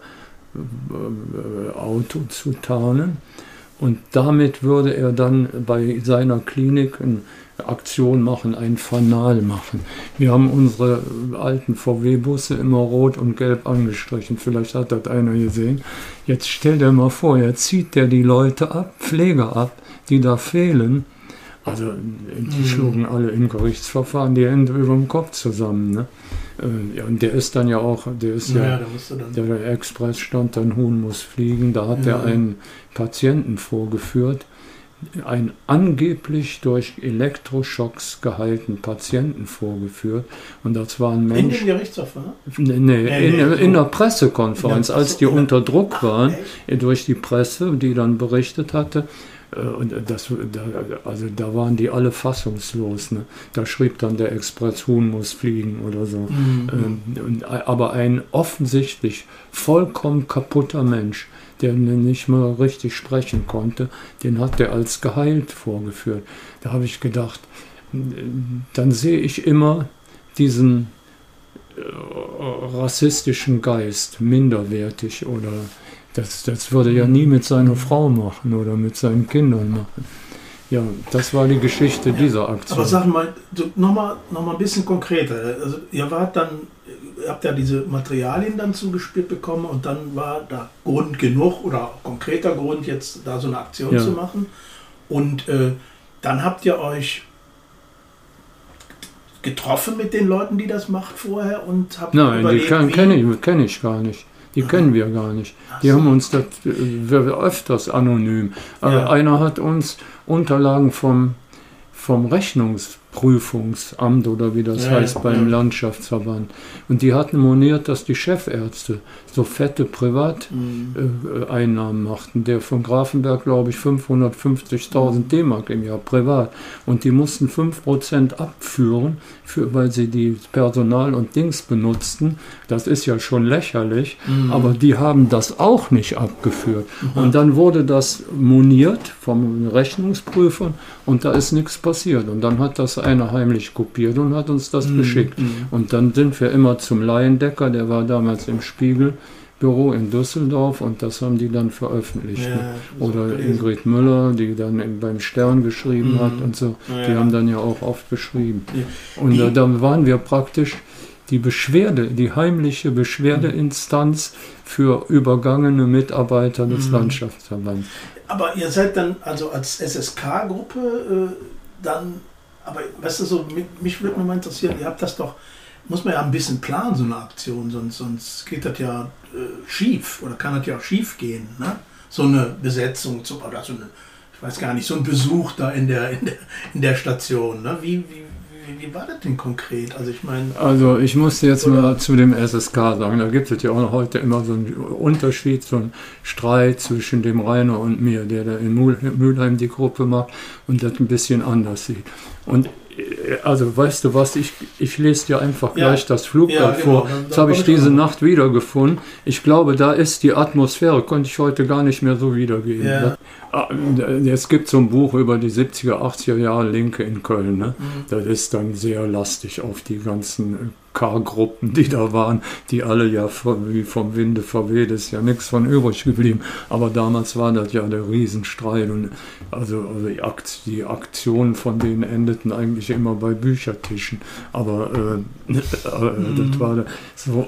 zu tarnen. Und damit würde er dann bei seiner Klinik eine Aktion machen, ein Fanal machen. Wir haben unsere alten VW-Busse immer rot und gelb angestrichen. Vielleicht hat das einer gesehen. Jetzt stell dir mal vor, jetzt zieht der die Leute ab, Pfleger ab, die da fehlen. Also die schlugen alle im Gerichtsverfahren die Hände über dem Kopf zusammen. Ne? Ja, und der ist dann ja auch, der Express stand dann, Huhn muss fliegen, da hat er einen Patienten vorgeführt, einen angeblich durch Elektroschocks geheilten Patienten vorgeführt. Und das war ein Mensch...
In dem Gerichtsverfahren?
In der Pressekonferenz, als die unter Druck waren, durch die Presse, die dann berichtet hatte. Und da waren die alle fassungslos. Ne? Da schrieb dann der Express, Huhn muss fliegen oder so. Aber ein offensichtlich vollkommen kaputter Mensch, der nicht mal richtig sprechen konnte, den hat er als geheilt vorgeführt. Da habe ich gedacht, dann sehe ich immer diesen rassistischen Geist, minderwertig oder... Das würde er nie mit seiner Frau machen oder mit seinen Kindern machen. Ja, das war die Geschichte dieser Aktion.
Aber sag mal, noch mal ein bisschen konkreter. Also ihr habt ja diese Materialien dann zugespielt bekommen und dann war da Grund genug oder konkreter Grund, jetzt da so eine Aktion zu machen. Und dann habt ihr euch getroffen mit den Leuten, die das macht vorher und habt
überlegt, die kenne ich gar nicht. Die kennen wir gar nicht. Die haben uns das öfters anonym. Aber einer hat uns Unterlagen vom Rechnungsprüfungsamt oder wie das heißt beim Landschaftsverband. Und die hatten moniert, dass die Chefärzte so fette Privateinnahmen machten. Der von Grafenberg, glaube ich, 550.000 D-Mark im Jahr privat. Und die mussten 5% abführen, weil sie die Personal und Dings benutzten. Das ist ja schon lächerlich. Aber die haben das auch nicht abgeführt. Und dann wurde das moniert vom Rechnungsprüfern und da ist nichts passiert. Und dann hat das einer heimlich kopiert und hat uns das geschickt. Und dann sind wir immer zum Laiendecker, der war damals im Spiegelbüro in Düsseldorf und das haben die dann veröffentlicht.
Ja,
oder Ingrid Müller, die dann beim Stern geschrieben hat und so. Ja. Die haben dann ja auch oft beschrieben. Ja. Und da waren wir praktisch die heimliche Beschwerdeinstanz für übergangene Mitarbeiter des Landschaftsverbands.
Aber ihr seid dann also als SSK-Gruppe aber weißt du, so, mich würde mal interessieren, ihr habt das doch, muss man ja ein bisschen planen, so eine Aktion, sonst geht das ja schief oder kann das ja auch schief gehen, ne? So eine Besetzung oder so eine, ich weiß gar nicht, so ein Besuch da in der Station, ne? Wie war das denn konkret?
Also ich muss jetzt mal zu dem SSK sagen, da gibt es ja auch noch heute immer so einen Unterschied, so einen Streit zwischen dem Rainer und mir, der in Mülheim die Gruppe macht und das ein bisschen anders sieht. Und also weißt du was, ich lese dir einfach gleich das Flugblatt vor. Das habe ich diese Nacht wiedergefunden. Ich glaube, da ist die Atmosphäre, konnte ich heute gar nicht mehr so wiedergeben. Ja. Es gibt so ein Buch über die 70er, 80er Jahre Linke in Köln. Ne? Das ist dann sehr lastig auf die ganzen K-Gruppen, die da waren, die alle ja wie vom Winde verweht, ist ja nichts von übrig geblieben. Aber damals war das ja der Riesenstreit und also die Aktionen von denen endeten eigentlich immer bei Büchertischen. Aber das war so.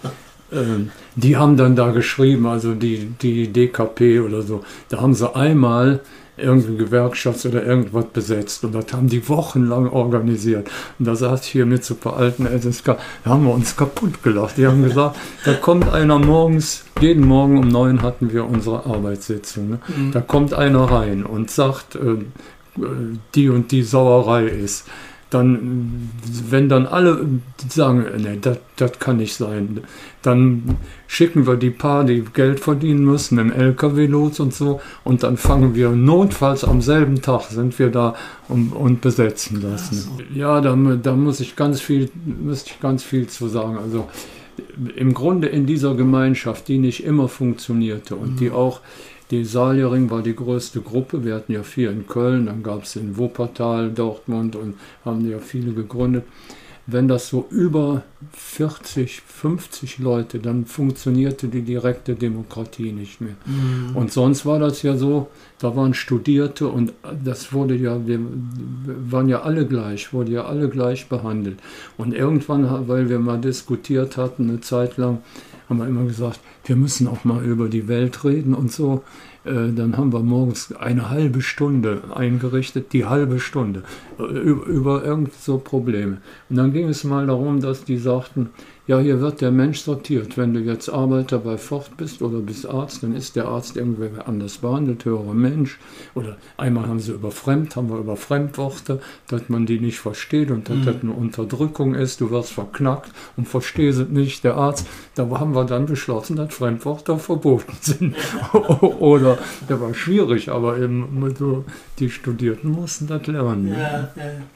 Die haben dann da geschrieben, also die DKP oder so, da haben sie einmal irgendeine Gewerkschaft oder irgendwas besetzt und das haben die wochenlang organisiert. Und da saß ich hier mit so ein paar alten SSK, da haben wir uns kaputt gelacht. Die haben gesagt, da kommt einer morgens, jeden Morgen um 9 hatten wir unsere Arbeitssitzung, ne? Da kommt einer rein und sagt, die und die Sauerei ist. Dann, wenn dann alle sagen, nee, das kann nicht sein, dann schicken wir die paar, die Geld verdienen müssen, im LKW los und so, und dann fangen wir notfalls am selben Tag, sind wir da und besetzen lassen. Ja, da müsste ich ganz viel zu sagen. Also im Grunde in dieser Gemeinschaft, die nicht immer funktionierte und die Salierring war die größte Gruppe, wir hatten ja 4 in Köln, dann gab es in Wuppertal, Dortmund und haben ja viele gegründet. Wenn das so über 40, 50 Leute, dann funktionierte die direkte Demokratie nicht mehr. Und sonst war das ja so, da waren Studierte und das wurde ja, wir waren ja alle gleich, wurde ja alle gleich behandelt. Und irgendwann, weil wir mal diskutiert hatten, eine Zeit lang, haben wir immer gesagt, wir müssen auch mal über die Welt reden und so. Dann haben wir morgens eine halbe Stunde eingerichtet, die halbe Stunde, über irgend so Probleme. Und dann ging es mal darum, dass die sagten, ja, hier wird der Mensch sortiert. Wenn du jetzt Arbeiter bei Ford bist oder bist Arzt, dann ist der Arzt irgendwie anders behandelt, höherer Mensch. Oder einmal haben wir über Fremdworte, dass man die nicht versteht und dass das eine Unterdrückung ist. Du wirst verknackt und verstehst es nicht, der Arzt. Da haben wir dann beschlossen, dass Fremdworte verboten sind. Oder, der war schwierig, aber eben so, die Studierten mussten das lernen. Ja.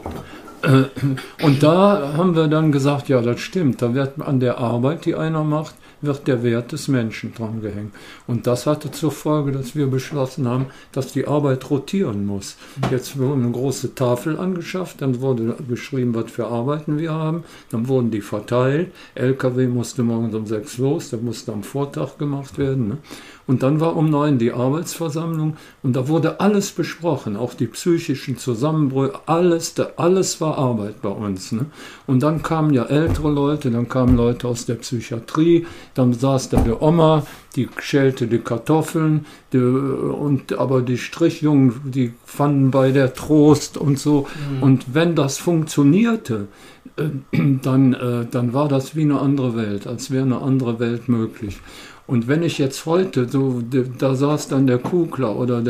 Und da haben wir dann gesagt, ja, das stimmt, da wird an der Arbeit, die einer macht, wird der Wert des Menschen dran gehängt. Und das hatte zur Folge, dass wir beschlossen haben, dass die Arbeit rotieren muss. Jetzt wurde eine große Tafel angeschafft, dann wurde geschrieben, was für Arbeiten wir haben, dann wurden die verteilt, LKW musste morgens um 6 los, der musste am Vortag gemacht werden, ne? Und dann war um 9 die Arbeitsversammlung und da wurde alles besprochen, auch die psychischen Zusammenbrüche, alles war Arbeit bei uns. Ne? Und dann kamen ja ältere Leute, dann kamen Leute aus der Psychiatrie, dann saß da die Oma, die schälte die Kartoffeln, aber die Strichjungen, die fanden bei der Trost und so. Und wenn das funktionierte, dann war das wie eine andere Welt, als wäre eine andere Welt möglich. Und wenn ich jetzt heute, so, da saß dann der Kugler oder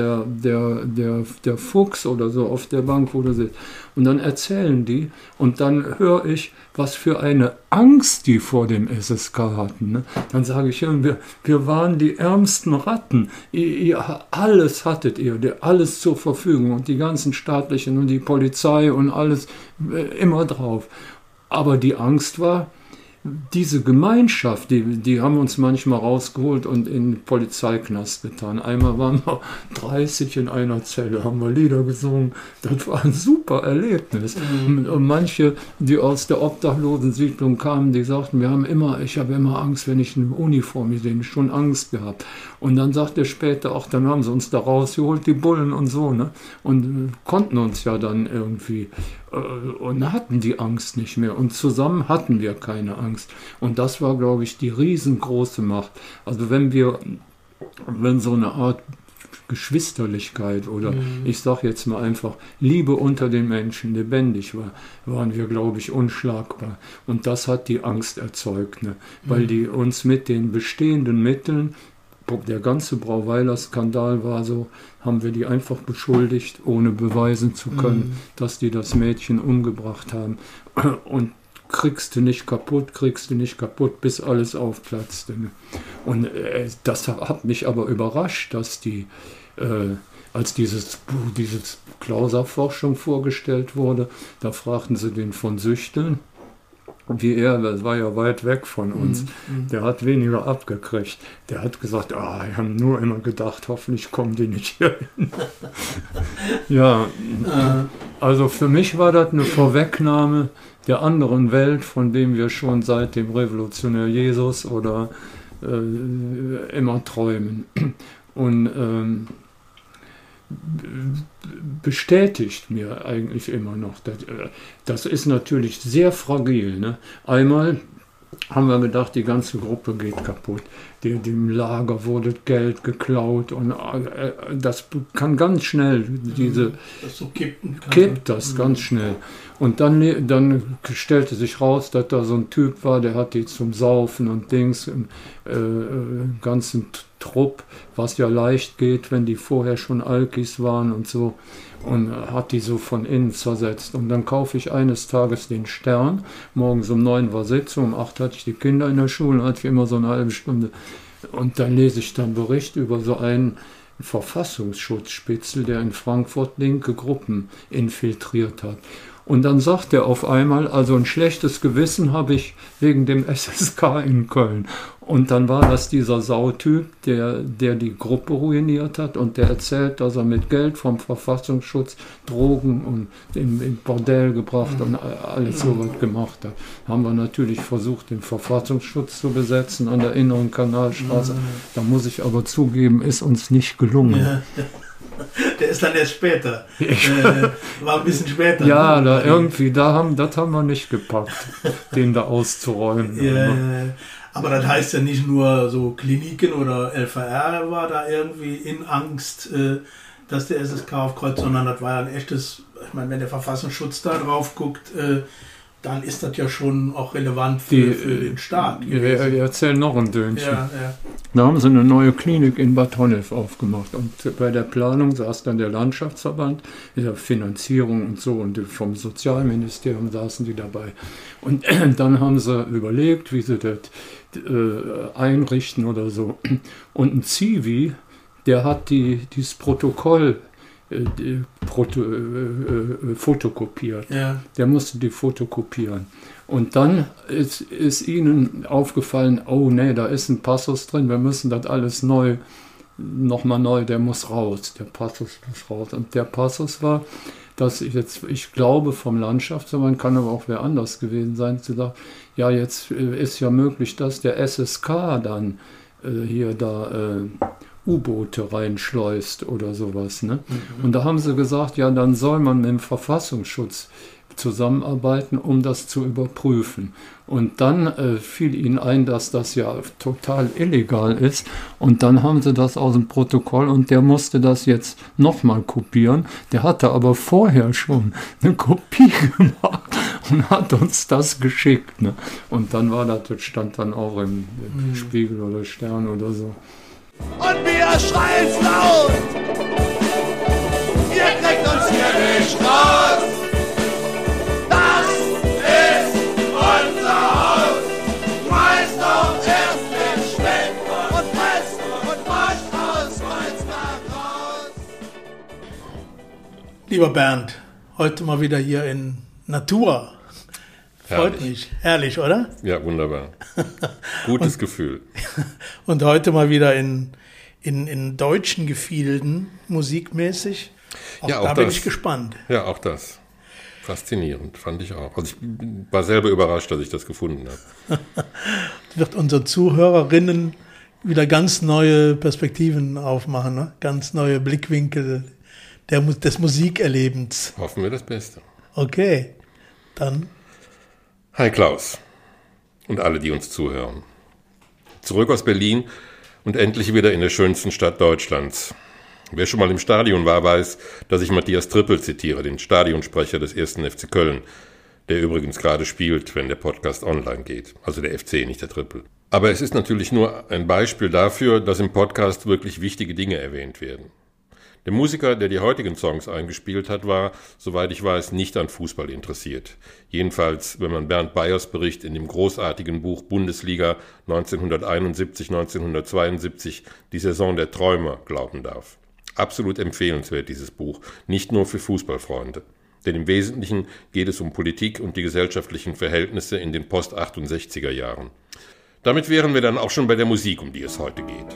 der Fuchs oder so auf der Bank, wo du sitzt, und dann erzählen die und dann höre ich, was für eine Angst die vor dem SSK hatten. Ne? Dann sage ich, wir waren die ärmsten Ratten, alles hattet ihr, alles zur Verfügung und die ganzen staatlichen und die Polizei und alles immer drauf. Aber die Angst war, diese Gemeinschaft, die haben uns manchmal rausgeholt und in den Polizeiknast getan. Einmal waren wir 30 in einer Zelle, haben wir Lieder gesungen. Das war ein super Erlebnis. Und manche, die aus der Obdachlosensiedlung kamen, die sagten, ich habe immer Angst, wenn ich eine Uniform sehe, schon Angst gehabt. Und dann sagt er später auch, dann haben sie uns da rausgeholt, die Bullen und so, ne? Und konnten uns ja dann irgendwie und hatten die Angst nicht mehr. Und zusammen hatten wir keine Angst. Und das war, glaube ich, die riesengroße Macht. Also wenn so eine Art Geschwisterlichkeit oder ich sage jetzt mal einfach Liebe unter den Menschen lebendig war, waren wir, glaube ich, unschlagbar. Und das hat die Angst erzeugt, ne? Weil die uns mit den bestehenden Mitteln, der ganze Brauweiler-Skandal war so, haben wir die einfach beschuldigt, ohne beweisen zu können, dass die das Mädchen umgebracht haben. Und kriegst du nicht kaputt, bis alles aufplatzte. Und das hat mich aber überrascht, dass die, als dieses Klauser-Forschung vorgestellt wurde, da fragten sie den von Süchteln, wie das war ja weit weg von uns. Der hat weniger abgekriegt. Der hat gesagt, wir haben nur immer gedacht, hoffentlich kommen die nicht hier hin. Ja, also für mich war das eine Vorwegnahme der anderen Welt, von dem wir schon seit dem Revolutionär Jesus oder immer träumen. Und bestätigt mir eigentlich immer noch. Das ist natürlich sehr fragil. Ne? Einmal haben wir gedacht, die ganze Gruppe geht kaputt. Dem Lager wurde Geld geklaut und das kann ganz schnell, kippt das ganz schnell. Und dann stellte sich raus, dass da so ein Typ war, der hat die zum Saufen und Dings, ganzen Trupp, was ja leicht geht, wenn die vorher schon Alkis waren und so, und hat die so von innen zersetzt. Und dann kaufe ich eines Tages den Stern, morgens um 9 war Sitzung, um 8 hatte ich die Kinder in der Schule, hatte ich immer so eine halbe Stunde. Und dann lese ich dann Bericht über so einen Verfassungsschutzspitzel, der in Frankfurt linke Gruppen infiltriert hat. Und dann sagt er auf einmal, also ein schlechtes Gewissen habe ich wegen dem SSK in Köln. Und dann war das dieser Sautyp, der die Gruppe ruiniert hat und der erzählt, dass er mit Geld vom Verfassungsschutz Drogen und in Bordell gebracht und alles so was gemacht hat. Haben wir natürlich versucht, den Verfassungsschutz zu besetzen an der Inneren Kanalstraße. Da muss ich aber zugeben, ist uns nicht gelungen.
Ja. Der ist dann erst später. War ein bisschen später.
Ja, ne? Das haben wir nicht gepackt, den da auszuräumen.
Ja, aber das heißt ja nicht nur so Kliniken oder LVR war da irgendwie in Angst, dass der SSK aufkreuzt, sondern das war ja ein echtes, ich meine, wenn der Verfassungsschutz da drauf guckt, dann ist das ja schon auch relevant für den Staat.
Ich erzähle noch ein Dönchen.
Ja.
Da haben sie eine neue Klinik in Bad Honnef aufgemacht und bei der Planung saß dann der Landschaftsverband, in der Finanzierung und so und vom Sozialministerium saßen die dabei. Und dann haben sie überlegt, wie sie das einrichten oder so. Und ein Zivi, der hat dieses Protokoll fotokopiert. Ja. Der musste die fotokopieren. Und dann ist ihnen aufgefallen, oh nee, da ist ein Passus drin, wir müssen das alles nochmal neu, der muss raus, der Passus muss raus. Und der Passus war, dass ich glaube vom Landschaftsverband, kann aber auch wer anders gewesen sein, zu sagen, ja, jetzt ist ja möglich, dass der SSK dann hier da U-Boote reinschleust oder sowas. Ne? Mhm. Und da haben sie gesagt, ja, dann soll man mit dem Verfassungsschutz zusammenarbeiten, um das zu überprüfen. Und dann fiel ihnen ein, dass das ja total illegal ist. Und dann haben sie das aus dem Protokoll und der musste das jetzt nochmal kopieren. Der hatte aber vorher schon eine Kopie gemacht und hat uns das geschickt. Ne? Und dann war das stand dann auch im Spiegel oder Stern oder so.
Und wir schreien's laut, ihr kriegt uns hier nicht raus. Das ist unser Haus. Schmeißt doch erst den Schnitt und presst und wascht aus Kreuzberg raus.
Lieber Bernd, heute mal wieder hier in Natura. Freut mich. Herrlich, oder?
Ja, wunderbar. Gutes Gefühl.
Und heute mal wieder in deutschen Gefilden, musikmäßig. Auch da bin ich gespannt.
Ja, auch das. Faszinierend, fand ich auch. Also ich war selber überrascht, dass ich das gefunden habe.
Wird unseren Zuhörerinnen wieder ganz neue Perspektiven aufmachen, ne? Ganz neue Blickwinkel des Musikerlebens.
Hoffen wir das Beste.
Okay, dann...
Hi Klaus und alle, die uns zuhören. Zurück aus Berlin und endlich wieder in der schönsten Stadt Deutschlands. Wer schon mal im Stadion war, weiß, dass ich Matthias Trippel zitiere, den Stadionsprecher des 1. FC Köln, der übrigens gerade spielt, wenn der Podcast online geht. Also der FC, nicht der Trippel. Aber es ist natürlich nur ein Beispiel dafür, dass im Podcast wirklich wichtige Dinge erwähnt werden. Der Musiker, der die heutigen Songs eingespielt hat, war, soweit ich weiß, nicht an Fußball interessiert. Jedenfalls, wenn man Bernd Beyers Bericht in dem großartigen Buch Bundesliga 1971-1972, die Saison der Träumer, glauben darf. Absolut empfehlenswert, dieses Buch, nicht nur für Fußballfreunde. Denn im Wesentlichen geht es um Politik und die gesellschaftlichen Verhältnisse in den Post-68er Jahren. Damit wären wir dann auch schon bei der Musik, um die es heute geht.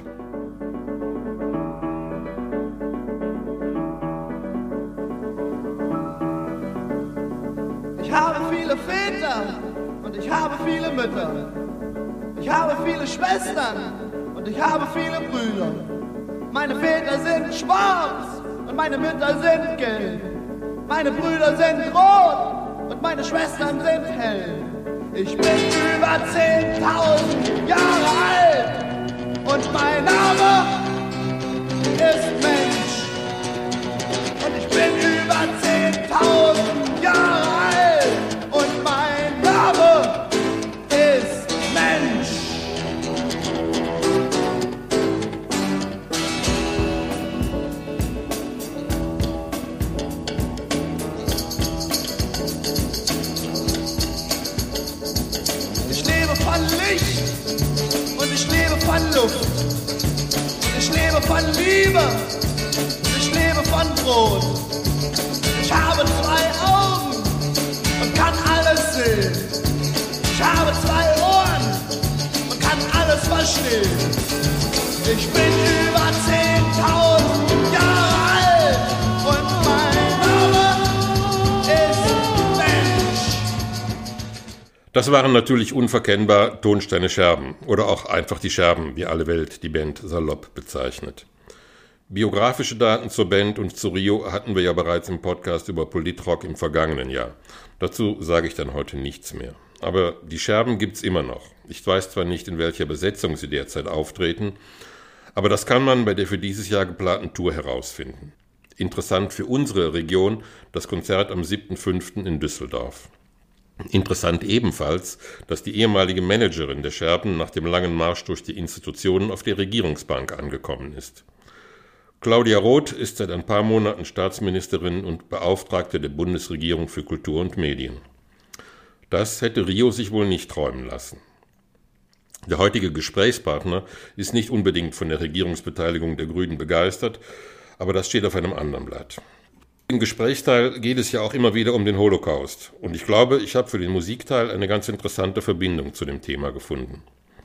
Ich habe viele Väter und ich habe viele Mütter. Ich habe viele Schwestern und ich habe viele Brüder. Meine Väter sind schwarz und meine Mütter sind gelb. Meine Brüder sind rot und meine Schwestern sind hell. Ich bin über 10.000 Jahre alt und mein Name ist Mensch. Und ich bin über 10.000 Jahre alt. Und mein Name ist Mensch. Ich lebe von Licht und ich lebe von Luft. Ich lebe von Liebe und ich lebe von Brot. Ich habe 2 Augen man kann alles sehen. Ich habe 2 Ohren, man kann alles verstehen. Ich bin über 10.000 Jahre alt und mein Name ist Mensch.
Das waren natürlich unverkennbar Tonsteine Scherben oder auch einfach die Scherben, wie alle Welt die Band salopp bezeichnet. Biografische Daten zur Band und zu Rio hatten wir ja bereits im Podcast über Politrock im vergangenen Jahr. Dazu sage ich dann heute nichts mehr. Aber die Scherben gibt's immer noch. Ich weiß zwar nicht, in welcher Besetzung sie derzeit auftreten, aber das kann man bei der für dieses Jahr geplanten Tour herausfinden. Interessant für unsere Region das Konzert am 7.5. in Düsseldorf. Interessant ebenfalls, dass die ehemalige Managerin der Scherben nach dem langen Marsch durch die Institutionen auf der Regierungsbank angekommen ist. Claudia Roth ist seit ein paar Monaten Staatsministerin und Beauftragte der Bundesregierung für Kultur und Medien. Das hätte Rio sich wohl nicht träumen lassen. Der heutige Gesprächspartner ist nicht unbedingt von der Regierungsbeteiligung der Grünen begeistert, aber das steht auf einem anderen Blatt. Im Gesprächsteil geht es ja auch immer wieder um den Holocaust und ich glaube, ich habe für den Musikteil eine ganz interessante Verbindung zu dem Thema gefunden.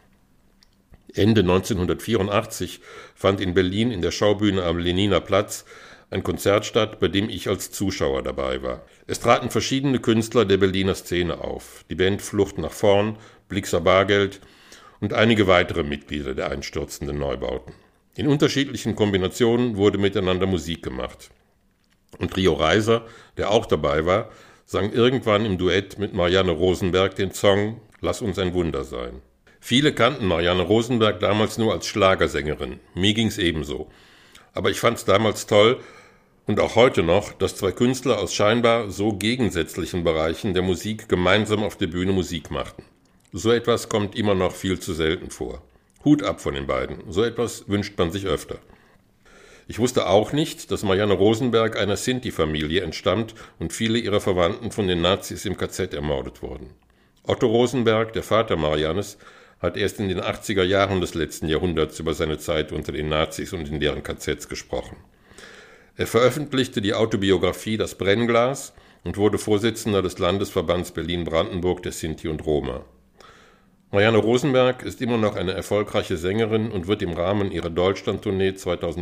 Ende 1984 fand in Berlin in der Schaubühne am Lehniner Platz ein Konzert statt, bei dem ich als Zuschauer dabei war. Es traten verschiedene Künstler der Berliner Szene auf, die Band Flucht nach vorn, Blixer Bargeld und einige weitere Mitglieder der einstürzenden Neubauten. In unterschiedlichen Kombinationen wurde miteinander Musik gemacht. Und Rio Reiser, der auch dabei war, sang irgendwann im Duett mit Marianne Rosenberg den Song »Lass uns ein Wunder sein«. Viele kannten Marianne Rosenberg damals nur als Schlagersängerin. Mir ging's ebenso. Aber ich fand's damals toll und auch heute noch, dass 2 Künstler aus scheinbar so gegensätzlichen Bereichen der Musik gemeinsam auf der Bühne Musik machten. So etwas kommt immer noch viel zu selten vor. Hut ab von den beiden. So etwas wünscht man sich öfter. Ich wusste auch nicht, dass Marianne Rosenberg einer Sinti-Familie entstammt und viele ihrer Verwandten von den Nazis im KZ ermordet wurden. Otto Rosenberg, der Vater Mariannes, hat erst in den 80er Jahren des letzten Jahrhunderts über seine Zeit unter den Nazis und in deren KZs gesprochen. Er veröffentlichte die Autobiografie Das Brennglas und wurde Vorsitzender des Landesverbands Berlin-Brandenburg der Sinti und Roma. Marianne Rosenberg ist immer noch eine erfolgreiche Sängerin und wird im Rahmen ihrer Deutschlandtournee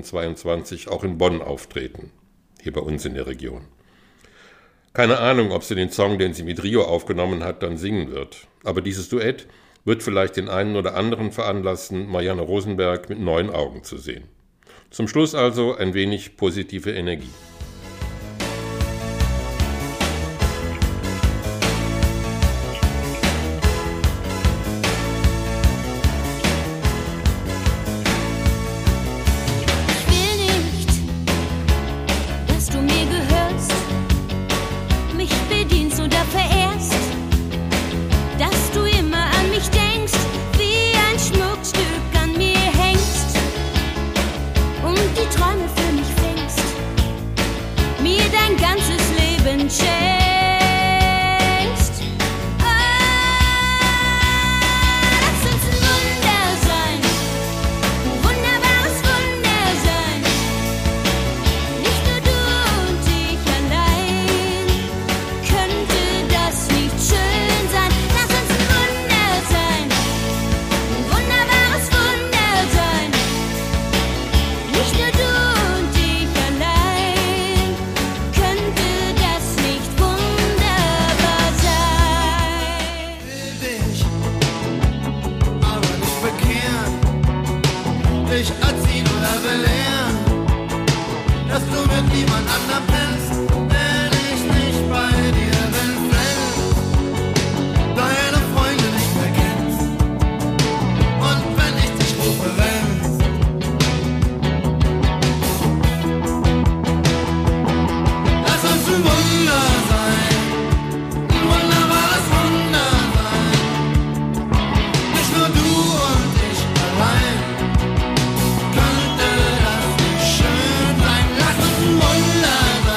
2022 auch in Bonn auftreten, hier bei uns in der Region. Keine Ahnung, ob sie den Song, den sie mit Rio aufgenommen hat, dann singen wird. Aber dieses Duett wird vielleicht den einen oder anderen veranlassen, Marianne Rosenberg mit neuen Augen zu sehen. Zum Schluss also ein wenig positive Energie.
Könnte das nicht schön sein? Lass uns ein Wunder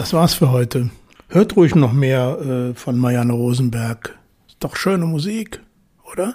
das war's für heute. Hört ruhig noch mehr von Marianne Rosenberg. Ist doch schöne Musik, oder?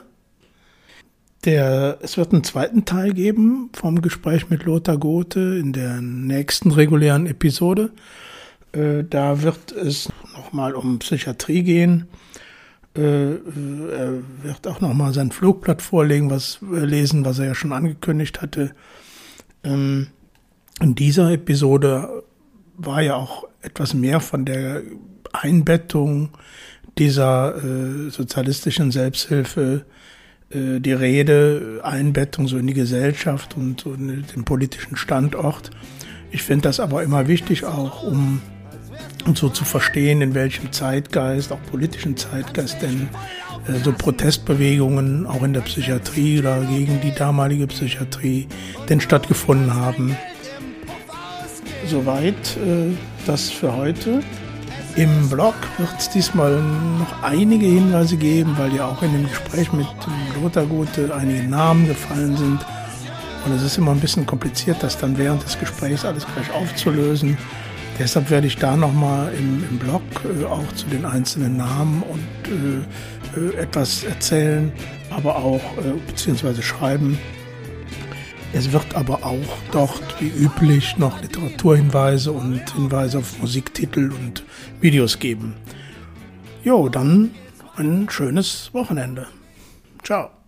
Es wird einen zweiten Teil geben vom Gespräch mit Lothar Gothe in der nächsten regulären Episode. Da wird es nochmal um Psychiatrie gehen. Er wird auch nochmal sein Flugblatt lesen, was er ja schon angekündigt hatte. In dieser Episode war ja auch etwas mehr von der Einbettung dieser sozialistischen Selbsthilfe die Rede, Einbettung so in die Gesellschaft und so in den politischen Standort. Ich finde das aber immer wichtig, auch um so zu verstehen, in welchem Zeitgeist, auch politischen Zeitgeist, denn so Protestbewegungen auch in der Psychiatrie oder gegen die damalige Psychiatrie denn stattgefunden haben. Soweit das für heute. Im Blog wird es diesmal noch einige Hinweise geben, weil ja auch in dem Gespräch mit Lothar Gothe einige Namen gefallen sind. Und es ist immer ein bisschen kompliziert, das dann während des Gesprächs alles gleich aufzulösen. Deshalb werde ich da nochmal im Blog auch zu den einzelnen Namen und etwas erzählen, aber auch beziehungsweise schreiben. Es wird aber auch dort wie üblich noch Literaturhinweise und Hinweise auf Musiktitel und Videos geben. Jo, dann ein schönes Wochenende. Ciao.